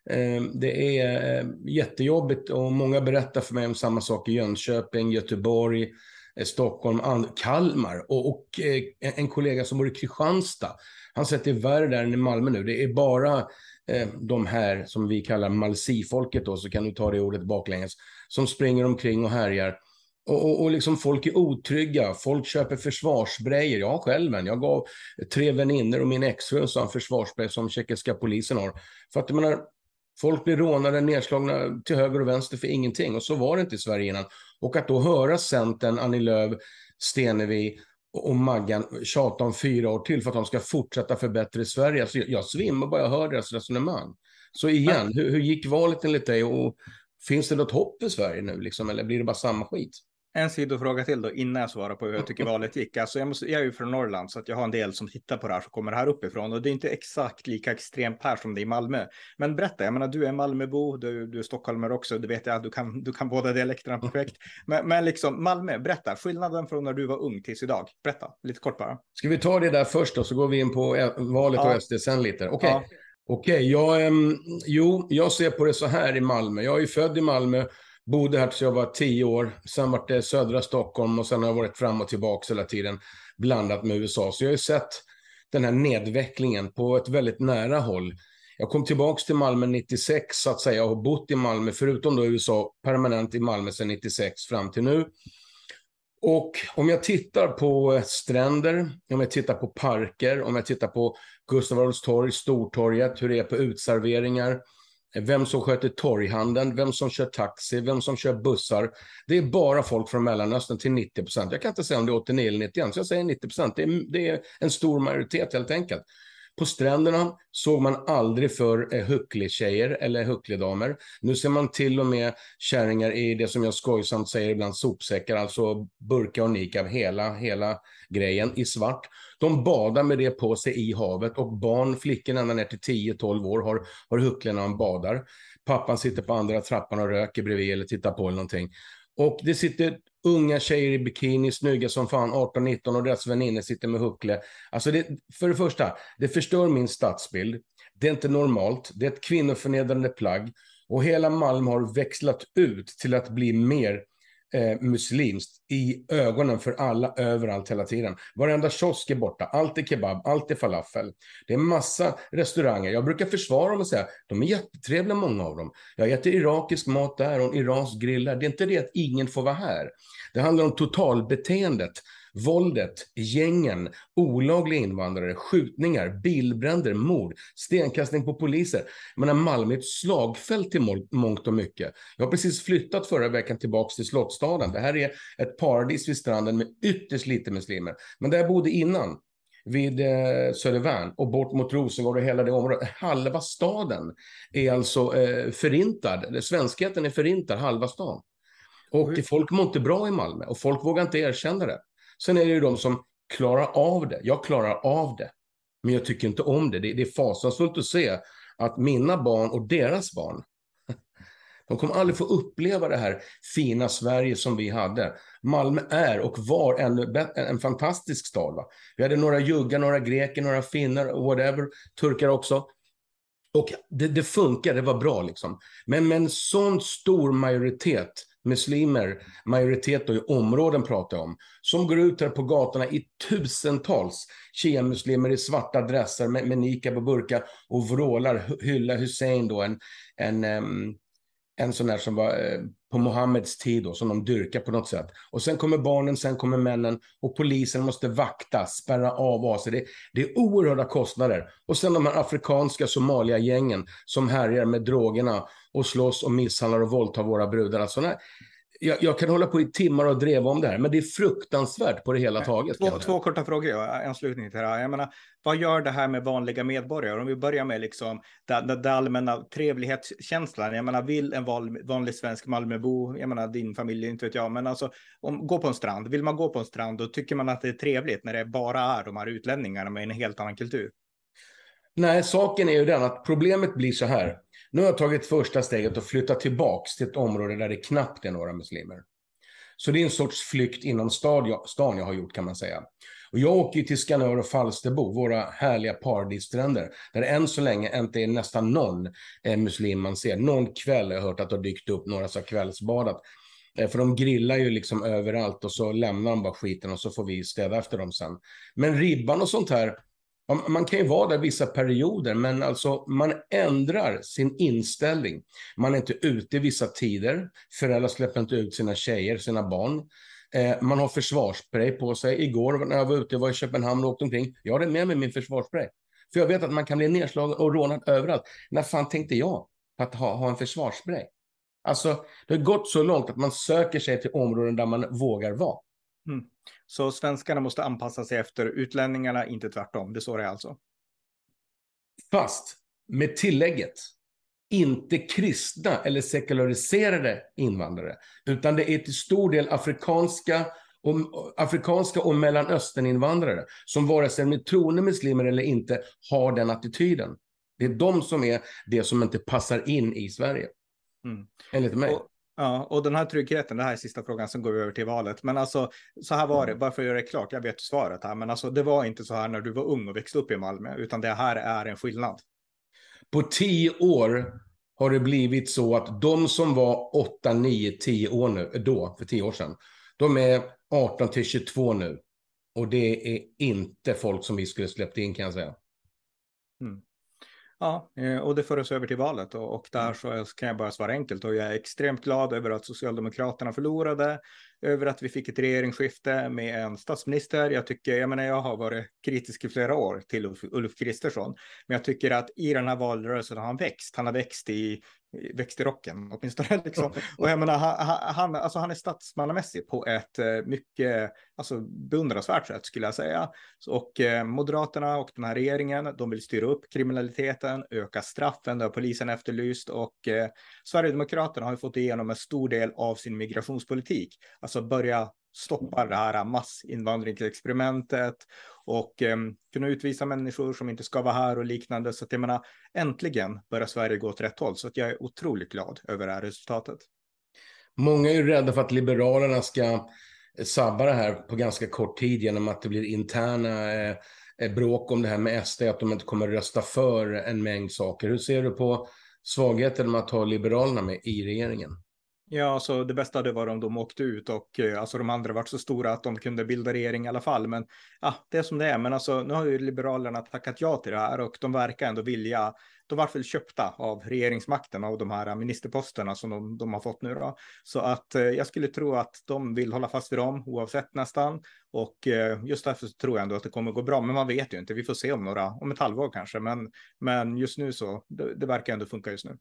det är eh, jättejobbigt, och många berättar för mig om samma sak i Jönköping, Göteborg, Stockholm, Kalmar och, och eh, en kollega som bor i Kristianstad. Han säger att det är värre där än i Malmö nu. Det är bara eh, de här som vi kallar malsifolket då, så kan du ta det ordet baklänges, som springer omkring och härjar. Och, och, och liksom folk är otrygga. Folk köper försvarsbrejer. Jag har själv en. Jag gav tre vänner och min exfru en sån försvarsbrej som tjeckiska polisen har. För att jag menar, folk blir rånade, nedslagna till höger och vänster för ingenting. Och så var det inte i Sverige innan. Och att då höra Centern, Annie Lööf, Stenevi och Maggan tjata om fyra år till för att de ska fortsätta förbättra i Sverige. Alltså jag svimmar bara jag hör deras resonemang. Så igen, hur, hur gick valet enligt dig? Och finns det något hopp för Sverige nu liksom? Eller blir det bara samma skit? En sidofråga till då innan jag svarar på hur jag tycker valet gick. Alltså jag, måste, jag är ju från Norrland, så att jag har en del som tittar på det här som kommer här uppifrån. Och det är inte exakt lika extremt här som det är i Malmö. Men berätta, jag menar du är Malmöbo, du, du är stockholmare också. Du vet jag, du kan, du kan båda dialekterna perfekt. Men, men liksom Malmö, berätta, skillnaden från när du var ung tills idag. Berätta, lite kort bara. Ska vi ta det där först då, så går vi in på valet ja. och S D sen lite. Okej. Okay. Ja. Okej, okay, jag, um, jo, jag ser på det så här i Malmö. Jag är ju född i Malmö, Bodde här tills jag var tio år. Sen var det södra Stockholm och sen har jag varit fram och tillbaka hela tiden. Blandat med U S A. Så jag har ju sett den här nedvecklingen på ett väldigt nära håll. Jag kom tillbaka till Malmö nittiosex så att säga och har bott i Malmö, förutom då U S A, permanent i Malmö sedan nittiosex fram till nu. Och om jag tittar på stränder, om jag tittar på parker, om jag tittar på Gustav Adolfs torg, Stortorget, hur det är på utserveringar, vem som sköter torghandeln, vem som kör taxi, vem som kör bussar. Det är bara folk från Mellanöstern till nittio procent. Jag kan inte säga om det är åttio eller nittio, så jag säger nittio procent. Det är, det är en stor majoritet helt enkelt. På stränderna såg man aldrig för eh, huckletjejer eller huckledamer. Nu ser man till och med kärringar i det som jag skojsamt säger ibland sopsäckar, alltså burka och nikab, hela, hela grejen i svart. De badar med det på sig i havet och barn, flickor ända ner till tio tolv år har, har hucklen när de badar. Pappan sitter på andra trappan och röker bredvid eller tittar på eller någonting. Och det sitter unga tjejer i bikini, snygga som fan, arton nitton, och deras vänner sitter med huckle. Alltså det, för det första, det förstör min stadsbild. Det är inte normalt. Det är ett kvinnoförnedrande plagg. Och hela Malmö har växlat ut till att bli mer eh, muslimskt i ögonen för alla överallt hela tiden. Varenda kiosk är borta. Allt är kebab, allt är falafel. Det är massa restauranger. Jag brukar försvara dem och säga, de är jättetrevliga många av dem. Jag äter irakisk mat där och iransk grillar. Det är inte det att ingen får vara här. Det handlar om totalbeteendet, våldet, gängen, olagliga invandrare, skjutningar, bilbränder, mord, stenkastning på poliser. Men Malmö är ett slagfält till mångt och mycket. Jag har precis flyttat förra veckan tillbaka till Slottsstaden. Det här är ett paradis vid stranden med ytterst lite muslimer. Men där jag bodde innan, vid eh, Södervärn och bort mot Rosengård och hela det området. Halva staden är alltså eh, förintad. Svenskheten är förintad, halva stan. Och Oj. Folk mår inte bra i Malmö och folk vågar inte erkänna det. Sen är det ju de som klarar av det. Jag klarar av det. Men jag tycker inte om det. Det, det är fasansfullt att se att mina barn och deras barn, de kommer aldrig få uppleva det här fina Sverige som vi hade. Malmö är och var en, en fantastisk stad. Va? Vi hade några juggar, några greker, några finnar, whatever, turkar också. Och det, det funkar, det var bra liksom. Men med en sån stor majoritet muslimer, majoritet då i områden pratar jag om, som går ut här på gatorna i tusentals shia-muslimer i svarta dresser med, med nikab och burka och vrålar, hylla Hussein då, en, en, um, en sån där som var uh, på Mohammeds tid då, som de dyrkar på något sätt. Och sen kommer barnen, sen kommer männen och polisen måste vakta, spärra av av sig. Det, det är oerhörda kostnader. Och sen de här afrikanska Somalia-gängen som härjar med drogerna och slåss och misshandlar och våldtar våra brudar. Alltså, nej, jag, jag kan hålla på i timmar och dreva om det här, men det är fruktansvärt på det hela taget. Två, två korta frågor, ja, en slutning till det här. Jag menar, vad gör det här med vanliga medborgare? Om vi börjar med liksom den allmänna trevlighetskänslan. Jag menar, vill en vanlig, vanlig svensk Malmöbo, jag menar din familj, inte vet jag, men alltså om, gå på en strand. Vill man gå på en strand, då tycker man att det är trevligt när det bara är de här utlänningarna med en helt annan kultur. Nej, saken är ju den att problemet blir så här. Nu har jag tagit första steget och flyttat tillbaks till ett område där det knappt är några muslimer. Så det är en sorts flykt inom stad, stan jag har gjort, kan man säga. Och jag åker ju till Skanör och Falsterbo, våra härliga paradisstränder, där än så länge inte är nästan någon eh, muslim man ser. Någon kväll har jag hört att det har dykt upp några så kvällsbadat. Eh, för de grillar ju liksom överallt och så lämnar de bara skiten och så får vi städa efter dem sen. Men ribban och sånt här, man kan ju vara där vissa perioder, men alltså man ändrar sin inställning. Man är inte ute vissa tider. Föräldrar släpper inte ut sina tjejer, sina barn. Eh, man har försvarsspray på sig. Igår när jag var ute, jag var i Köpenhamn och åkte omkring. Jag hade med mig min försvarsspray. För jag vet att man kan bli nedslagen och rånad överallt. När fan tänkte jag på att ha, ha en försvarsspray? Alltså, det har gått så långt att man söker sig till områden där man vågar vara. Mm. Så svenskarna måste anpassa sig efter utlänningarna, inte tvärtom. Det så det är alltså. Fast med tillägget, inte kristna eller sekulariserade invandrare, utan det är till stor del afrikanska och, afrikanska och mellanösterninvandrare som vare sig med troende muslimer eller inte har den attityden. Det är de som är det som inte passar in i Sverige. Mm. Enligt mig. Och... Ja, och den här tryggheten, det här är sista frågan, som går vi över till valet. Men alltså, så här var det, bara för att göra det klart, jag vet svaret här, men alltså det var inte så här när du var ung och växte upp i Malmö, utan det här är en skillnad. På tio år har det blivit så att de som var åtta, nio, tio år nu, då, för tio år sedan, de är arton till tjugotvå nu. Och det är inte folk som vi skulle släppt in, kan jag säga. Mm. Ja, och det för oss över till valet och, och där så kan jag bara svara enkelt och jag är extremt glad över att Socialdemokraterna förlorade, över att vi fick ett regeringsskifte med en statsminister. Jag tycker, jag menar jag har varit kritisk i flera år till Ulf, Ulf Kristersson, men jag tycker att i den här valrörelsen har han växt, han har växt i växt i rocken åtminstone liksom. Och jag menar han, han, alltså han är statsmannamässig på ett mycket alltså beundransvärt sätt skulle jag säga. Och eh, Moderaterna och den här regeringen, de vill styra upp kriminaliteten, öka straffen, det har polisen efterlyst och eh, Sverigedemokraterna har ju fått igenom en stor del av sin migrationspolitik. Alltså börja stoppa det här massinvandringsexperimentet och eh, kunna utvisa människor som inte ska vara här och liknande. Så att jag menar, äntligen börjar Sverige gå åt rätt håll. Så att jag är otroligt glad över det här resultatet. Många är ju rädda för att Liberalerna ska sabba det här på ganska kort tid genom att det blir interna eh, bråk om det här med S D, att de inte kommer rösta för en mängd saker. Hur ser du på svagheten med att ha Liberalerna med i regeringen? Ja, alltså det bästa hade varit om de åkte ut och alltså de andra varit så stora att de kunde bilda regering i alla fall. Men ja, det är som det är. Men alltså nu har ju Liberalerna tackat ja till det här och de verkar ändå vilja, de var väl köpta av regeringsmakten av de här ministerposterna som de, de har fått nu då. Så att eh, jag skulle tro att de vill hålla fast vid dem oavsett nästan. Och eh, just därför så tror jag ändå att det kommer gå bra. Men man vet ju inte, vi får se om några, om ett halvår kanske. Men, men just nu så, det, det verkar ändå funka just nu.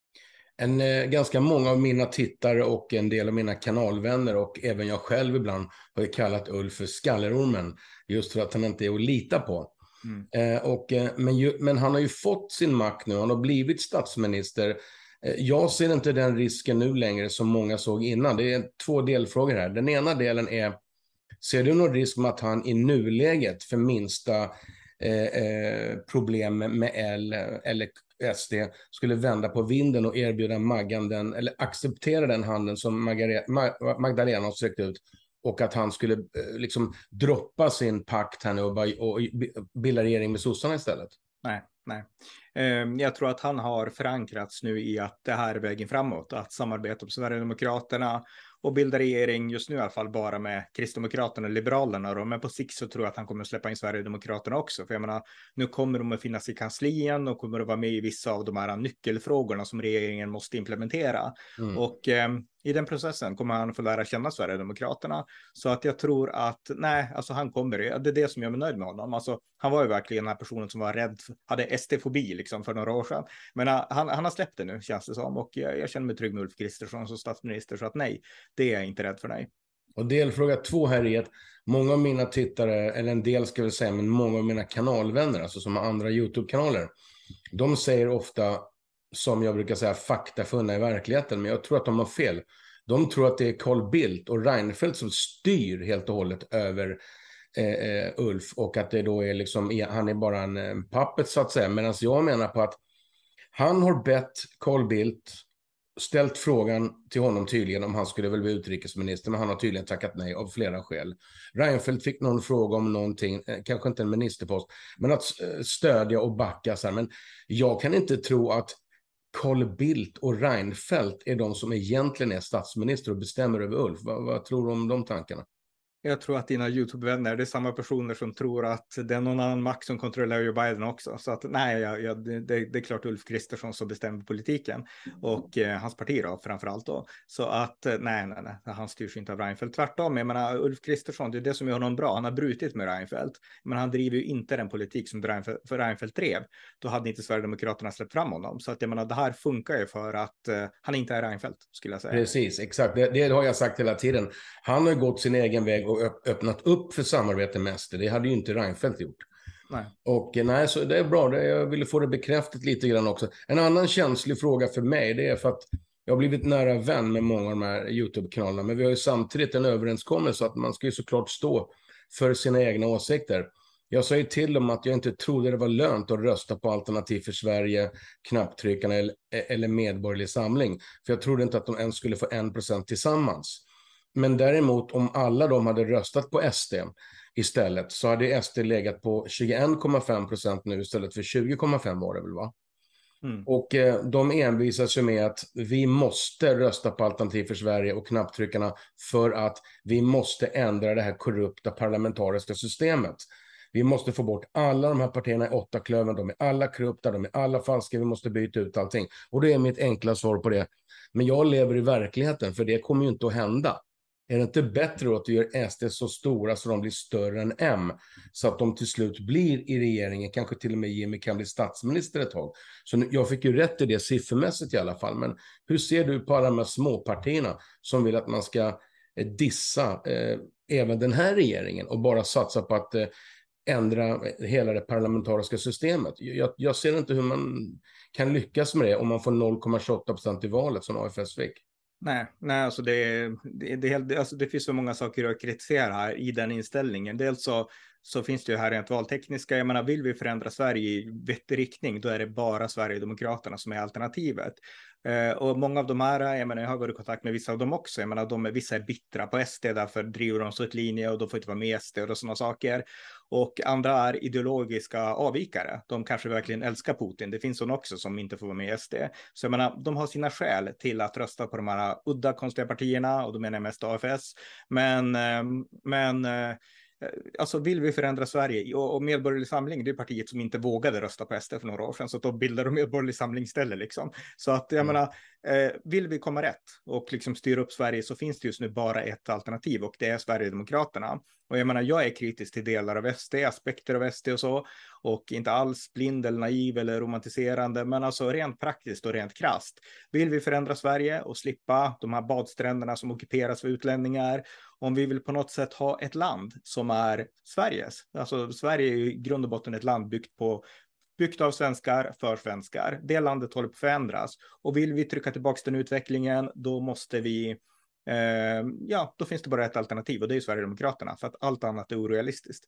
En, eh, ganska många av mina tittare och en del av mina kanalvänner och även jag själv ibland har ju kallat Ulf för skallerormen just för att han inte är att lita på. Mm. Eh, och, eh, men, ju, men han har ju fått sin makt nu, han har blivit statsminister. Eh, jag ser inte den risken nu längre som många såg innan. Det är två delfrågor här. Den ena delen är, ser du någon risk med att han i nuläget för minsta eh, eh, problem med L eller S D skulle vända på vinden och erbjuda Maggan den, eller acceptera den handen som Magdalena har sträckt ut och att han skulle liksom droppa sin pakt här nu och, och bilda regering med sossarna istället? Nej, nej. Jag tror att han har förankrats nu i att det här är vägen framåt, att samarbeta med Sverigedemokraterna och bilda regering just nu i alla fall bara med Kristdemokraterna och Liberalerna då. Men på sikt så tror jag att han kommer att släppa in Sverigedemokraterna också. För jag menar, nu kommer de att finnas i kanslien och kommer att vara med i vissa av de här nyckelfrågorna som regeringen måste implementera. Mm. Och eh, i den processen kommer han få lära känna Sverigedemokraterna. Så att jag tror att, nej, alltså han kommer, det är det som gör mig nöjd med honom. Alltså, han var ju verkligen den här personen som var rädd, hade S D-fobi liksom för några år sedan. Men uh, han, han har släppt det nu, känns det som. Och jag, jag känner mig trygg med Ulf Kristersson som statsminister, så att nej, det är jag inte rädd för, nej. Och delfråga två här är att många av mina tittare, eller en del ska vi säga, men många av mina kanalvänner, alltså som har andra YouTube-kanaler, de säger ofta, som jag brukar säga, fakta funna i verkligheten, men jag tror att de har fel. De tror att det är Carl Bildt och Reinfeldt som styr helt och hållet över eh, Ulf och att det då är liksom, han är bara en, en pappet så att säga, medan jag menar på att han har bett Carl Bildt, ställt frågan till honom tydligen om han skulle väl bli utrikesminister, men han har tydligen tackat nej av flera skäl. Reinfeldt fick någon fråga om någonting, kanske inte en ministerpost, men att stödja och backa så här. Men jag kan inte tro att Carl Bildt och Reinfeldt är de som egentligen är statsminister och bestämmer över Ulf. Vad, vad tror du om de tankarna? Jag tror att dina YouTube-vänner, det är samma personer som tror att det är någon annan makt som kontrollerar Joe Biden också. Så att nej, jag, jag, det, det är klart Ulf Kristersson som bestämmer politiken. Och eh, hans parti då, framförallt då. Så att eh, nej, nej, nej, han styrs inte av Reinfeldt. Tvärtom, jag menar Ulf Kristersson, det är det som gör honom bra. Han har brutit med Reinfeldt. Men han driver ju inte den politik som Reinfeldt, för Reinfeldt drev. Då hade inte Sverigedemokraterna släppt fram honom. Så att jag menar, det här funkar ju för att eh, han inte är Reinfeldt, skulle jag säga. Precis, exakt. Det, det har jag sagt hela tiden. Han har gått sin egen väg och öppnat upp för samarbete med S D. Det hade ju inte Reinfeldt gjort. Nej. Och nej, så det är bra. Det, jag ville få det bekräftat lite grann också. En annan känslig fråga för mig, det är för att jag har blivit nära vän med många av de här YouTube-kanalerna, men vi har ju samtidigt en överenskommelse att man ska ju såklart stå för sina egna åsikter. Jag sa ju till dem att jag inte trodde det var lönt att rösta på Alternativ för Sverige, knapptryckarna eller, eller Medborgerlig Samling. För jag trodde inte att de ens skulle få en procent tillsammans. Men däremot om alla de hade röstat på S D istället så hade S D legat på tjugoen komma fem procent nu istället för tjugo komma fem var det väl, va? Mm. Och eh, de envisas ju med att vi måste rösta på Alternativ för Sverige och knapptryckarna för att vi måste ändra det här korrupta parlamentariska systemet. Vi måste få bort alla de här partierna i åtta klöven, de är alla korrupta, de är alla falska, vi måste byta ut allting. Och det är mitt enkla svar på det. Men jag lever i verkligheten, för det kommer ju inte att hända. Är det inte bättre att vi gör S D så stora så de blir större än M? Så att de till slut blir i regeringen, kanske till och med Jimmy kan bli statsminister ett tag. Så jag fick ju rätt i det siffermässigt i alla fall. Men hur ser du på alla de här småpartierna som vill att man ska eh, dissa eh, även den här regeringen och bara satsa på att eh, ändra hela det parlamentariska systemet? Jag, jag ser inte hur man kan lyckas med det om man får noll komma tjugoåtta procent i valet som A F S fick. Nej, nej alltså det, det, det, helt, alltså det finns så många saker att kritisera här i den inställningen. Dels så, så finns det ju här rent valtekniska. Jag menar, vill vi förändra Sverige i vettig riktning, då är det bara Sverigedemokraterna som är alternativet. Eh, och många av de här, jag menar, jag har varit i kontakt med vissa av dem också. Jag menar, de är, vissa är bittra på S D, därför driver de så ett linje och de får inte vara med i S D och sådana saker. Och andra är ideologiska avvikare. De kanske verkligen älskar Putin. Det finns sådana också som inte får vara med i S D. Så jag menar, de har sina skäl till att rösta på de här udda konstiga partierna, och då menar jag mest A F S. Men, eh, men eh, alltså vill vi förändra Sverige, och, och Medborgerlig Samling, det är partiet som inte vågade rösta på S D för några år sedan, så att då bildar de Medborgerlig Samling istället liksom. Så att jag mm. menar, eh, vill vi komma rätt och liksom styra upp Sverige, så finns det just nu bara ett alternativ, och det är Sverigedemokraterna. Och jag menar, jag är kritisk till delar av S D, aspekter av S D och så, och inte alls blind eller naiv eller romantiserande, men alltså rent praktiskt och rent krasst. Vill vi förändra Sverige och slippa de här badstränderna som ockuperas av utlänningar, om vi vill på något sätt ha ett land som är Sveriges, alltså Sverige är i grund och botten ett land byggt på byggt av svenskar för svenskar. Det landet håller på att förändras, och vill vi trycka tillbaka den utvecklingen, då måste vi Eh, ja, då finns det bara ett alternativ, och det är Sverigedemokraterna, för att allt annat är orealistiskt.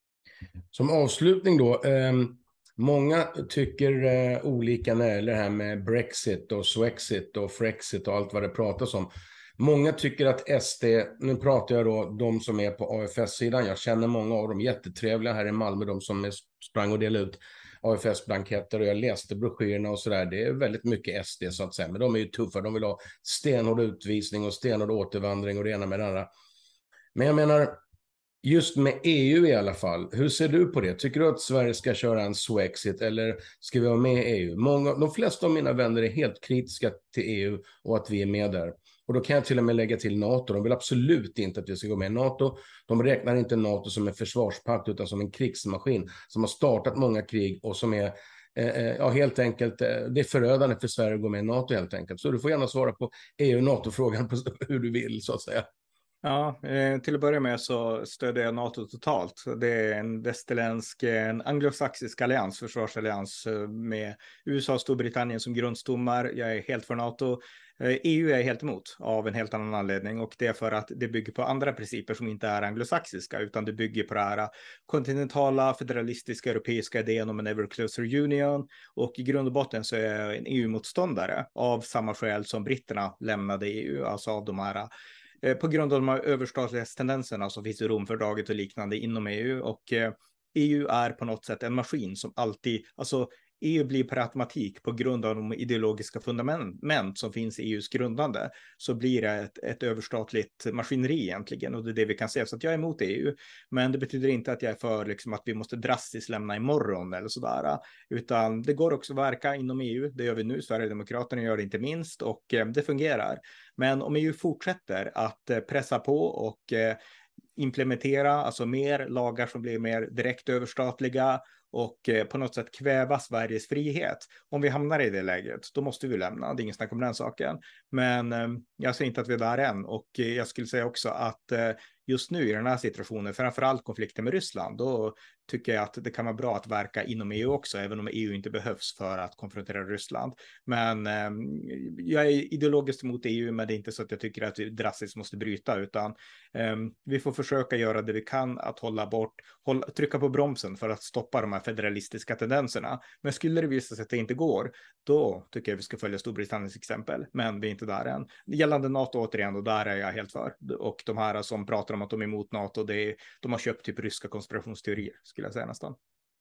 Som avslutning då, eh, många tycker eh, olika när det gäller det här med Brexit och Swexit och Frexit och allt vad det pratas om. Många tycker att S D, nu pratar jag då de som är på A F S-sidan, jag känner många av dem jättetrevliga här i Malmö, de som är, sprang och delade ut A F S-blanketter, och jag läste broschyrerna och sådär. Det är väldigt mycket S D så att säga, men de är ju tuffa, de vill ha stenhård utvisning och stenhård återvandring och det ena med det andra. Men jag menar, just med E U i alla fall, hur ser du på det? Tycker du att Sverige ska köra en Swexit, eller ska vi vara med i E U? Många, de flesta av mina vänner är helt kritiska till E U och att vi är med där. Och då kan jag till och med lägga till NATO. De vill absolut inte att vi ska gå med i NATO. De räknar inte NATO som en försvarspakt utan som en krigsmaskin som har startat många krig och som är eh, ja, helt enkelt, eh, det är förödande för Sverige att gå med i NATO helt enkelt. Så du får gärna svara på E U-NATO-frågan på hur du vill så att säga. Ja, eh, till att börja med så stödjer jag NATO totalt. Det är en västerländsk, en anglosaxisk allians, försvarsallians med U S A och Storbritannien som grundstommar. Jag är helt för NATO. E U är helt emot av en helt annan anledning, och det är för att det bygger på andra principer som inte är anglosaxiska, utan det bygger på det här kontinentala, federalistiska, europeiska idén om en ever closer union, och i grund och botten så är jag en E U-motståndare av samma skäl som britterna lämnade E U, alltså av de här på grund av de här överstatlighetstendenserna som finns i Romfördraget och liknande inom E U, och E U är på något sätt en maskin som alltid, alltså E U blir per automatik på grund av de ideologiska fundament som finns i E Us grundande, så blir det ett, ett överstatligt maskineri egentligen, och det är det vi kan se. Så att jag är emot E U, men det betyder inte att jag är för liksom, att vi måste drastiskt lämna imorgon eller sådär, utan det går också att verka inom E U. Det gör vi nu, Sverigedemokraterna gör det inte minst, och eh, det fungerar. Men om E U fortsätter att eh, pressa på och eh, implementera, alltså mer lagar som blir mer direkt överstatliga och eh, på något sätt kväva Sveriges frihet. Om vi hamnar i det läget, då måste vi lämna. Det är ingen snack om den saken. Men eh, jag ser inte att vi är där än. Och eh, jag skulle säga också att eh, just nu i den här situationen, framförallt konflikten med Ryssland, då tycker jag att det kan vara bra att verka inom E U också, även om E U inte behövs för att konfrontera Ryssland. Men eh, jag är ideologiskt emot E U, men det är inte så att jag tycker att vi drastiskt måste bryta, utan eh, vi får försöka göra det vi kan att hålla bort, hålla, trycka på bromsen för att stoppa de här federalistiska tendenserna. Men skulle det visa sig att det inte går, då tycker jag vi ska följa Storbritanniens exempel, men vi är inte där än. Gällande NATO återigen, och där är jag helt för. Och de här som pratar om att de är emot NATO, det är, de har köpt typ ryska konspirationsteorier, skulle jag säga nästan.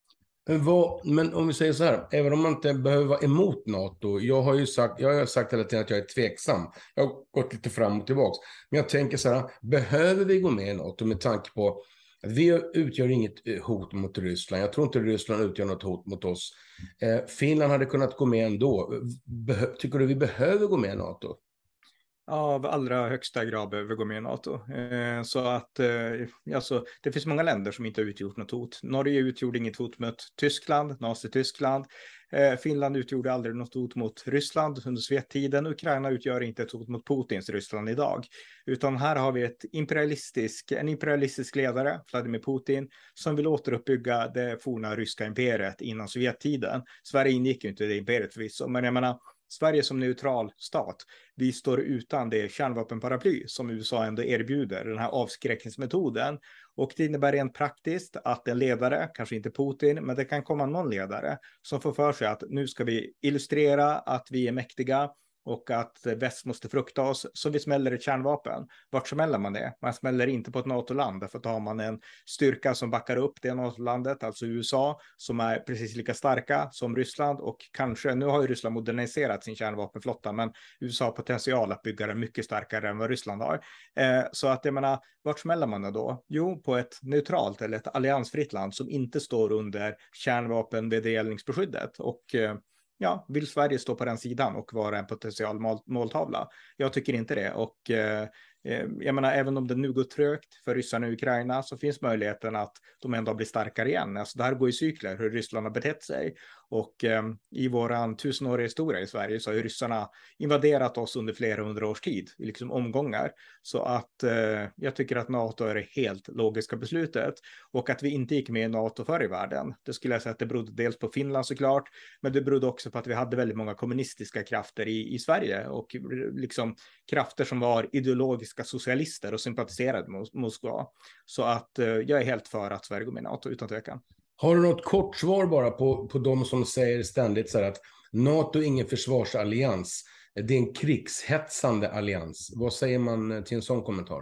Men, vad, men om vi säger så här, även om man inte behöver vara emot NATO, jag har ju sagt, jag har sagt hela tiden att jag är tveksam. Jag har gått lite fram och tillbaks. Men jag tänker så här, behöver vi gå med i NATO med tanke på att vi utgör inget hot mot Ryssland. Jag tror inte Ryssland utgör något hot mot oss. Eh, Finland hade kunnat gå med ändå. Behö, tycker du vi behöver gå med i NATO? Av allra högsta grad behöver gå med i NATO. Eh, så att eh, alltså, det finns många länder som inte har utgjort något hot. Norge utgjorde inget hot mot Tyskland, Nazi-Tyskland. Eh, Finland utgjorde aldrig något hot mot Ryssland under Sovjettiden. Ukraina utgör inte ett hot mot Putins Ryssland idag. Utan här har vi ett imperialistisk, en imperialistisk ledare, Vladimir Putin, som vill återuppbygga det forna ryska imperiet innan Sovjettiden. Sverige ingick ju inte i det imperiet förvisso, men jag menar, Sverige som neutral stat, vi står utan det kärnvapenparaply som U S A ändå erbjuder, den här avskräckningsmetoden. Och det innebär rent praktiskt att en ledare, kanske inte Putin, men det kan komma någon ledare som får för sig att nu ska vi illustrera att vi är mäktiga och att väst måste frukta oss, så vi smäller ett kärnvapen. Vart smäller man det? Man smäller inte på ett NATO-land, därför att då har man en styrka som backar upp det NATO-landet, alltså U S A, som är precis lika starka som Ryssland, och kanske, nu har ju Ryssland moderniserat sin kärnvapenflotta, men U S A har potential att bygga den mycket starkare än vad Ryssland har. Eh, så att jag menar, vart smäller man det då? Jo, på ett neutralt eller ett alliansfritt land som inte står under kärnvapenvedergällningsbeskyddet. Och eh, ja, vill Sverige stå på den sidan och vara en potential mål, måltavla? Jag tycker inte det. Och eh, jag menar, även om det nu går trögt för ryssarna i Ukraina, så finns möjligheten att de ändå blir starkare igen. Alltså det här går i cykler, hur Ryssland har betett sig. Och eh, i våran tusenåriga historia i Sverige så har ju ryssarna invaderat oss under flera hundra års tid, i liksom omgångar. Så att eh, jag tycker att NATO är det helt logiska beslutet. Och att vi inte gick med i NATO förr i världen, det skulle jag säga att det berodde dels på Finland såklart, men det berodde också på att vi hade väldigt många kommunistiska krafter i, i Sverige, och liksom krafter som var ideologiska socialister och sympatiserade med Moskva. Så att eh, jag är helt för att Sverige går med i NATO, utan tvekan. Har du något kort svar bara på, på de som säger ständigt så här att NATO är ingen försvarsallians, det är en krigshetsande allians? Vad säger man till en sån kommentar?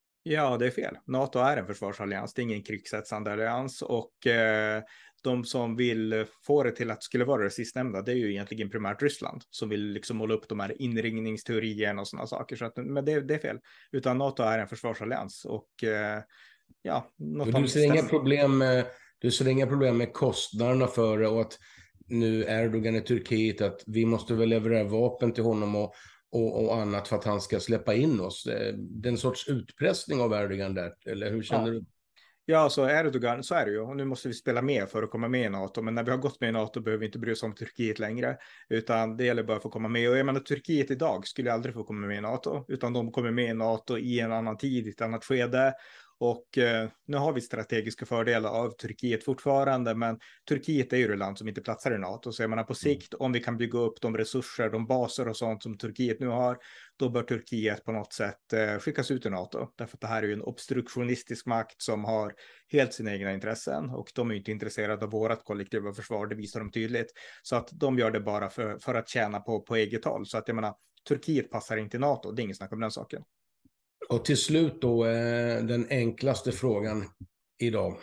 Ja, det är fel. NATO är en försvarsallians, det är ingen krigshetsande allians, och eh, de som vill få det till att det skulle vara det sistnämnda, det är ju egentligen primärt Ryssland som vill liksom måla upp de här inringningsteorierna och sådana saker. Så att, men det, det är fel. Utan NATO är en försvarsallians, och eh, ja. Något Du ser inga problem med, du ser inga problem med kostnaderna för det, och att nu Erdogan i Turkiet, att vi måste väl leverera vapen till honom och Och, och annat för att han ska släppa in oss. Det är en sorts utpressning av Erdogan där, eller hur känner Ja. du? Ja, så Erdogan, så är det ju. Och nu måste vi spela med för att komma med i NATO. Men när vi har gått med i NATO behöver vi inte bry oss om Turkiet längre. Utan det gäller bara att få komma med. Och jag menar, Turkiet idag skulle aldrig få komma med i NATO. Utan de kommer med i NATO i en annan tid, i ett annat skede. Och eh, nu har vi strategiska fördelar av Turkiet fortfarande, men Turkiet är ju det land som inte platsar i NATO. Så jag menar, på sikt, om vi kan bygga upp de resurser, de baser och sånt som Turkiet nu har, då bör Turkiet på något sätt eh, skickas ut ur NATO. Därför att det här är ju en obstruktionistisk makt som har helt sina egna intressen, och de är inte intresserade av vårat kollektiva försvar, det visar de tydligt. Så att de gör det bara för, för att tjäna på, på eget håll. Så att jag menar, Turkiet passar inte i NATO, det är inget snack om den saken. Och till slut då, eh, den enklaste frågan idag.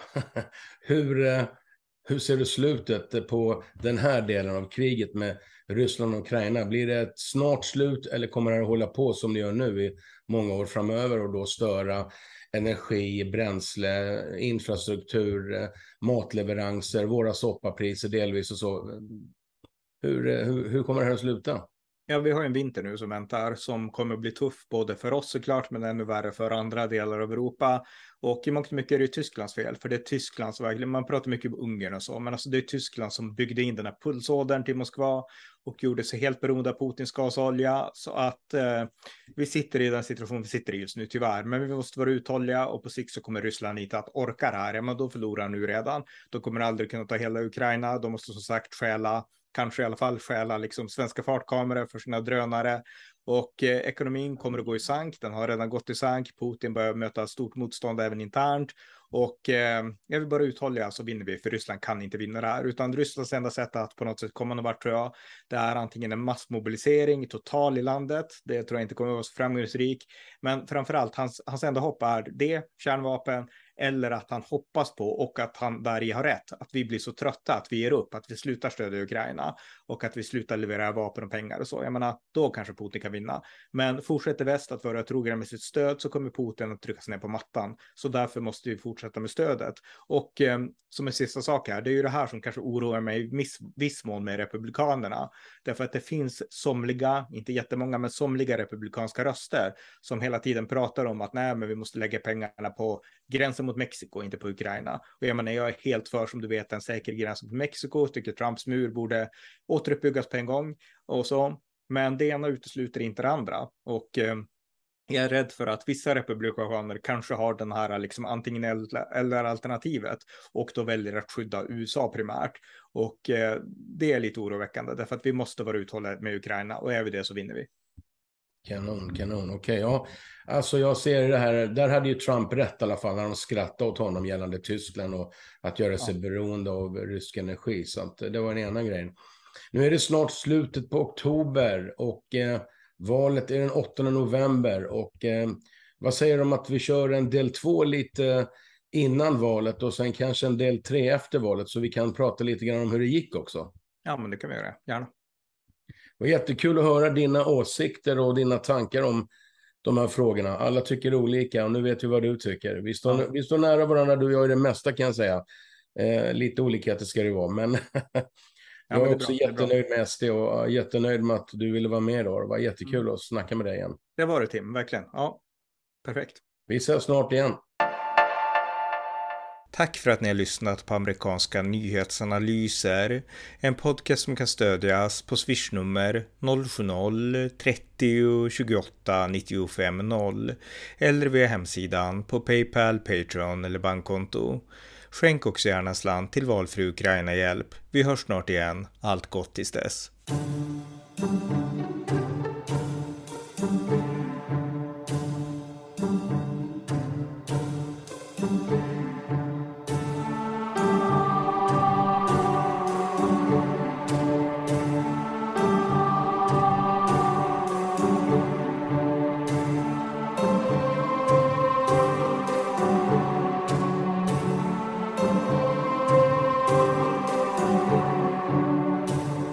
hur, eh, hur ser du slutet på den här delen av kriget med Ryssland och Ukraina? Blir det ett snart slut, eller kommer det att hålla på som det gör nu i många år framöver, och då störa energi, bränsle, infrastruktur, eh, matleveranser, våra soppapriser delvis och så? Hur, eh, hur, hur kommer det här att sluta? Ja, vi har en vinter nu som väntar som kommer att bli tuff både för oss såklart, men ännu värre för andra delar av Europa. Och i mångt och mycket är det Tysklands fel, för det är Tysklands väg. Man pratar mycket om Ungern och så, men alltså det är Tyskland som byggde in den här pulsådern till Moskva och gjorde sig helt beroende av Putins gasolja. Så att eh, vi sitter i den situation vi sitter i just nu, tyvärr. Men vi måste vara uthålliga, och på sikt så kommer Ryssland inte att orka det här. Ja, men då förlorar nu redan. De kommer aldrig kunna ta hela Ukraina. De måste som sagt stjäla, kanske i alla fall stjäla liksom svenska fartkameror för sina drönare. Och eh, ekonomin kommer att gå i sank. Den har redan gått i sank. Putin börjar möta stort motstånd även internt. Och eh, jag vill bara uthålliga, så vinner vi. För Ryssland kan inte vinna det här. Utan Rysslands enda sätt att på något sätt komma någon vart, tror jag, det är antingen en massmobilisering total i landet. Det tror jag inte kommer att vara så framgångsrik. Men framförallt hans, hans enda hopp är det, kärnvapen, eller att han hoppas på och att han där i har rätt, att vi blir så trötta att vi ger upp, att vi slutar stödja Ukraina och att vi slutar leverera vapen och pengar och så. Jag menar, då kanske Putin kan vinna. Men fortsätter väst att vara trogna med sitt stöd så kommer Putin att tryckas ner på mattan. Så därför måste vi fortsätta med stödet. Och eh, som en sista sak här, det är ju det här som kanske oroar mig i viss, viss mån med republikanerna. Därför att det finns somliga, inte jättemånga, men somliga republikanska röster som hela tiden pratar om att nej, men vi måste lägga pengarna på gränsen mot Mexiko, inte på Ukraina. Och jag menar, jag är helt för, som du vet, en säker gräns mot Mexiko. Tycker Trumps mur borde återuppbyggas på en gång och så. Men det ena utesluter inte det andra. Och eh, jag är rädd för att vissa republikaner kanske har den här liksom antingen eller alternativet och då väljer att skydda U S A primärt. Och eh, det är lite oroväckande därför att vi måste vara uthålliga med Ukraina och är vi det så vinner vi. Kanon, kanon. Okej, okay, ja. Alltså jag ser det här, där hade ju Trump rätt i alla fall när de skrattade åt honom gällande Tyskland och att göra sig ja. beroende av rysk energi. Så att det var den ena grejen. Nu är det snart slutet på oktober och eh, valet är den åttonde november och eh, vad säger du om att vi kör en del två lite innan valet och sen kanske en del tre efter valet så vi kan prata lite grann om hur det gick också? Ja, men det kan vi göra, gärna. Det var jättekul att höra dina åsikter och dina tankar om de här frågorna. Alla tycker olika och nu vet vi vad du tycker. Vi står, ja. vi står nära varandra, du och jag i det mesta kan jag säga. Eh, lite olikheter ska det vara, men jag är, ja, är också bra, jättenöjd med S D och jättenöjd med att du ville vara med då. Det var jättekul mm. att snacka med dig igen. Det var det, Tim, verkligen. Ja, perfekt. Vi ses snart igen. Tack för att ni har lyssnat på amerikanska nyhetsanalyser. En podcast som kan stödjas på swishnummer noll sju noll trettio tjugoåtta nittiofem noll eller via hemsidan på PayPal, Patreon eller bankkonto. Skänk också gärna slant till valfri Ukraina-hjälp. Vi hörs snart igen. Allt gott tills dess.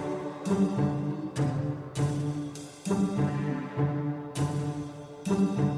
Mm-hmm.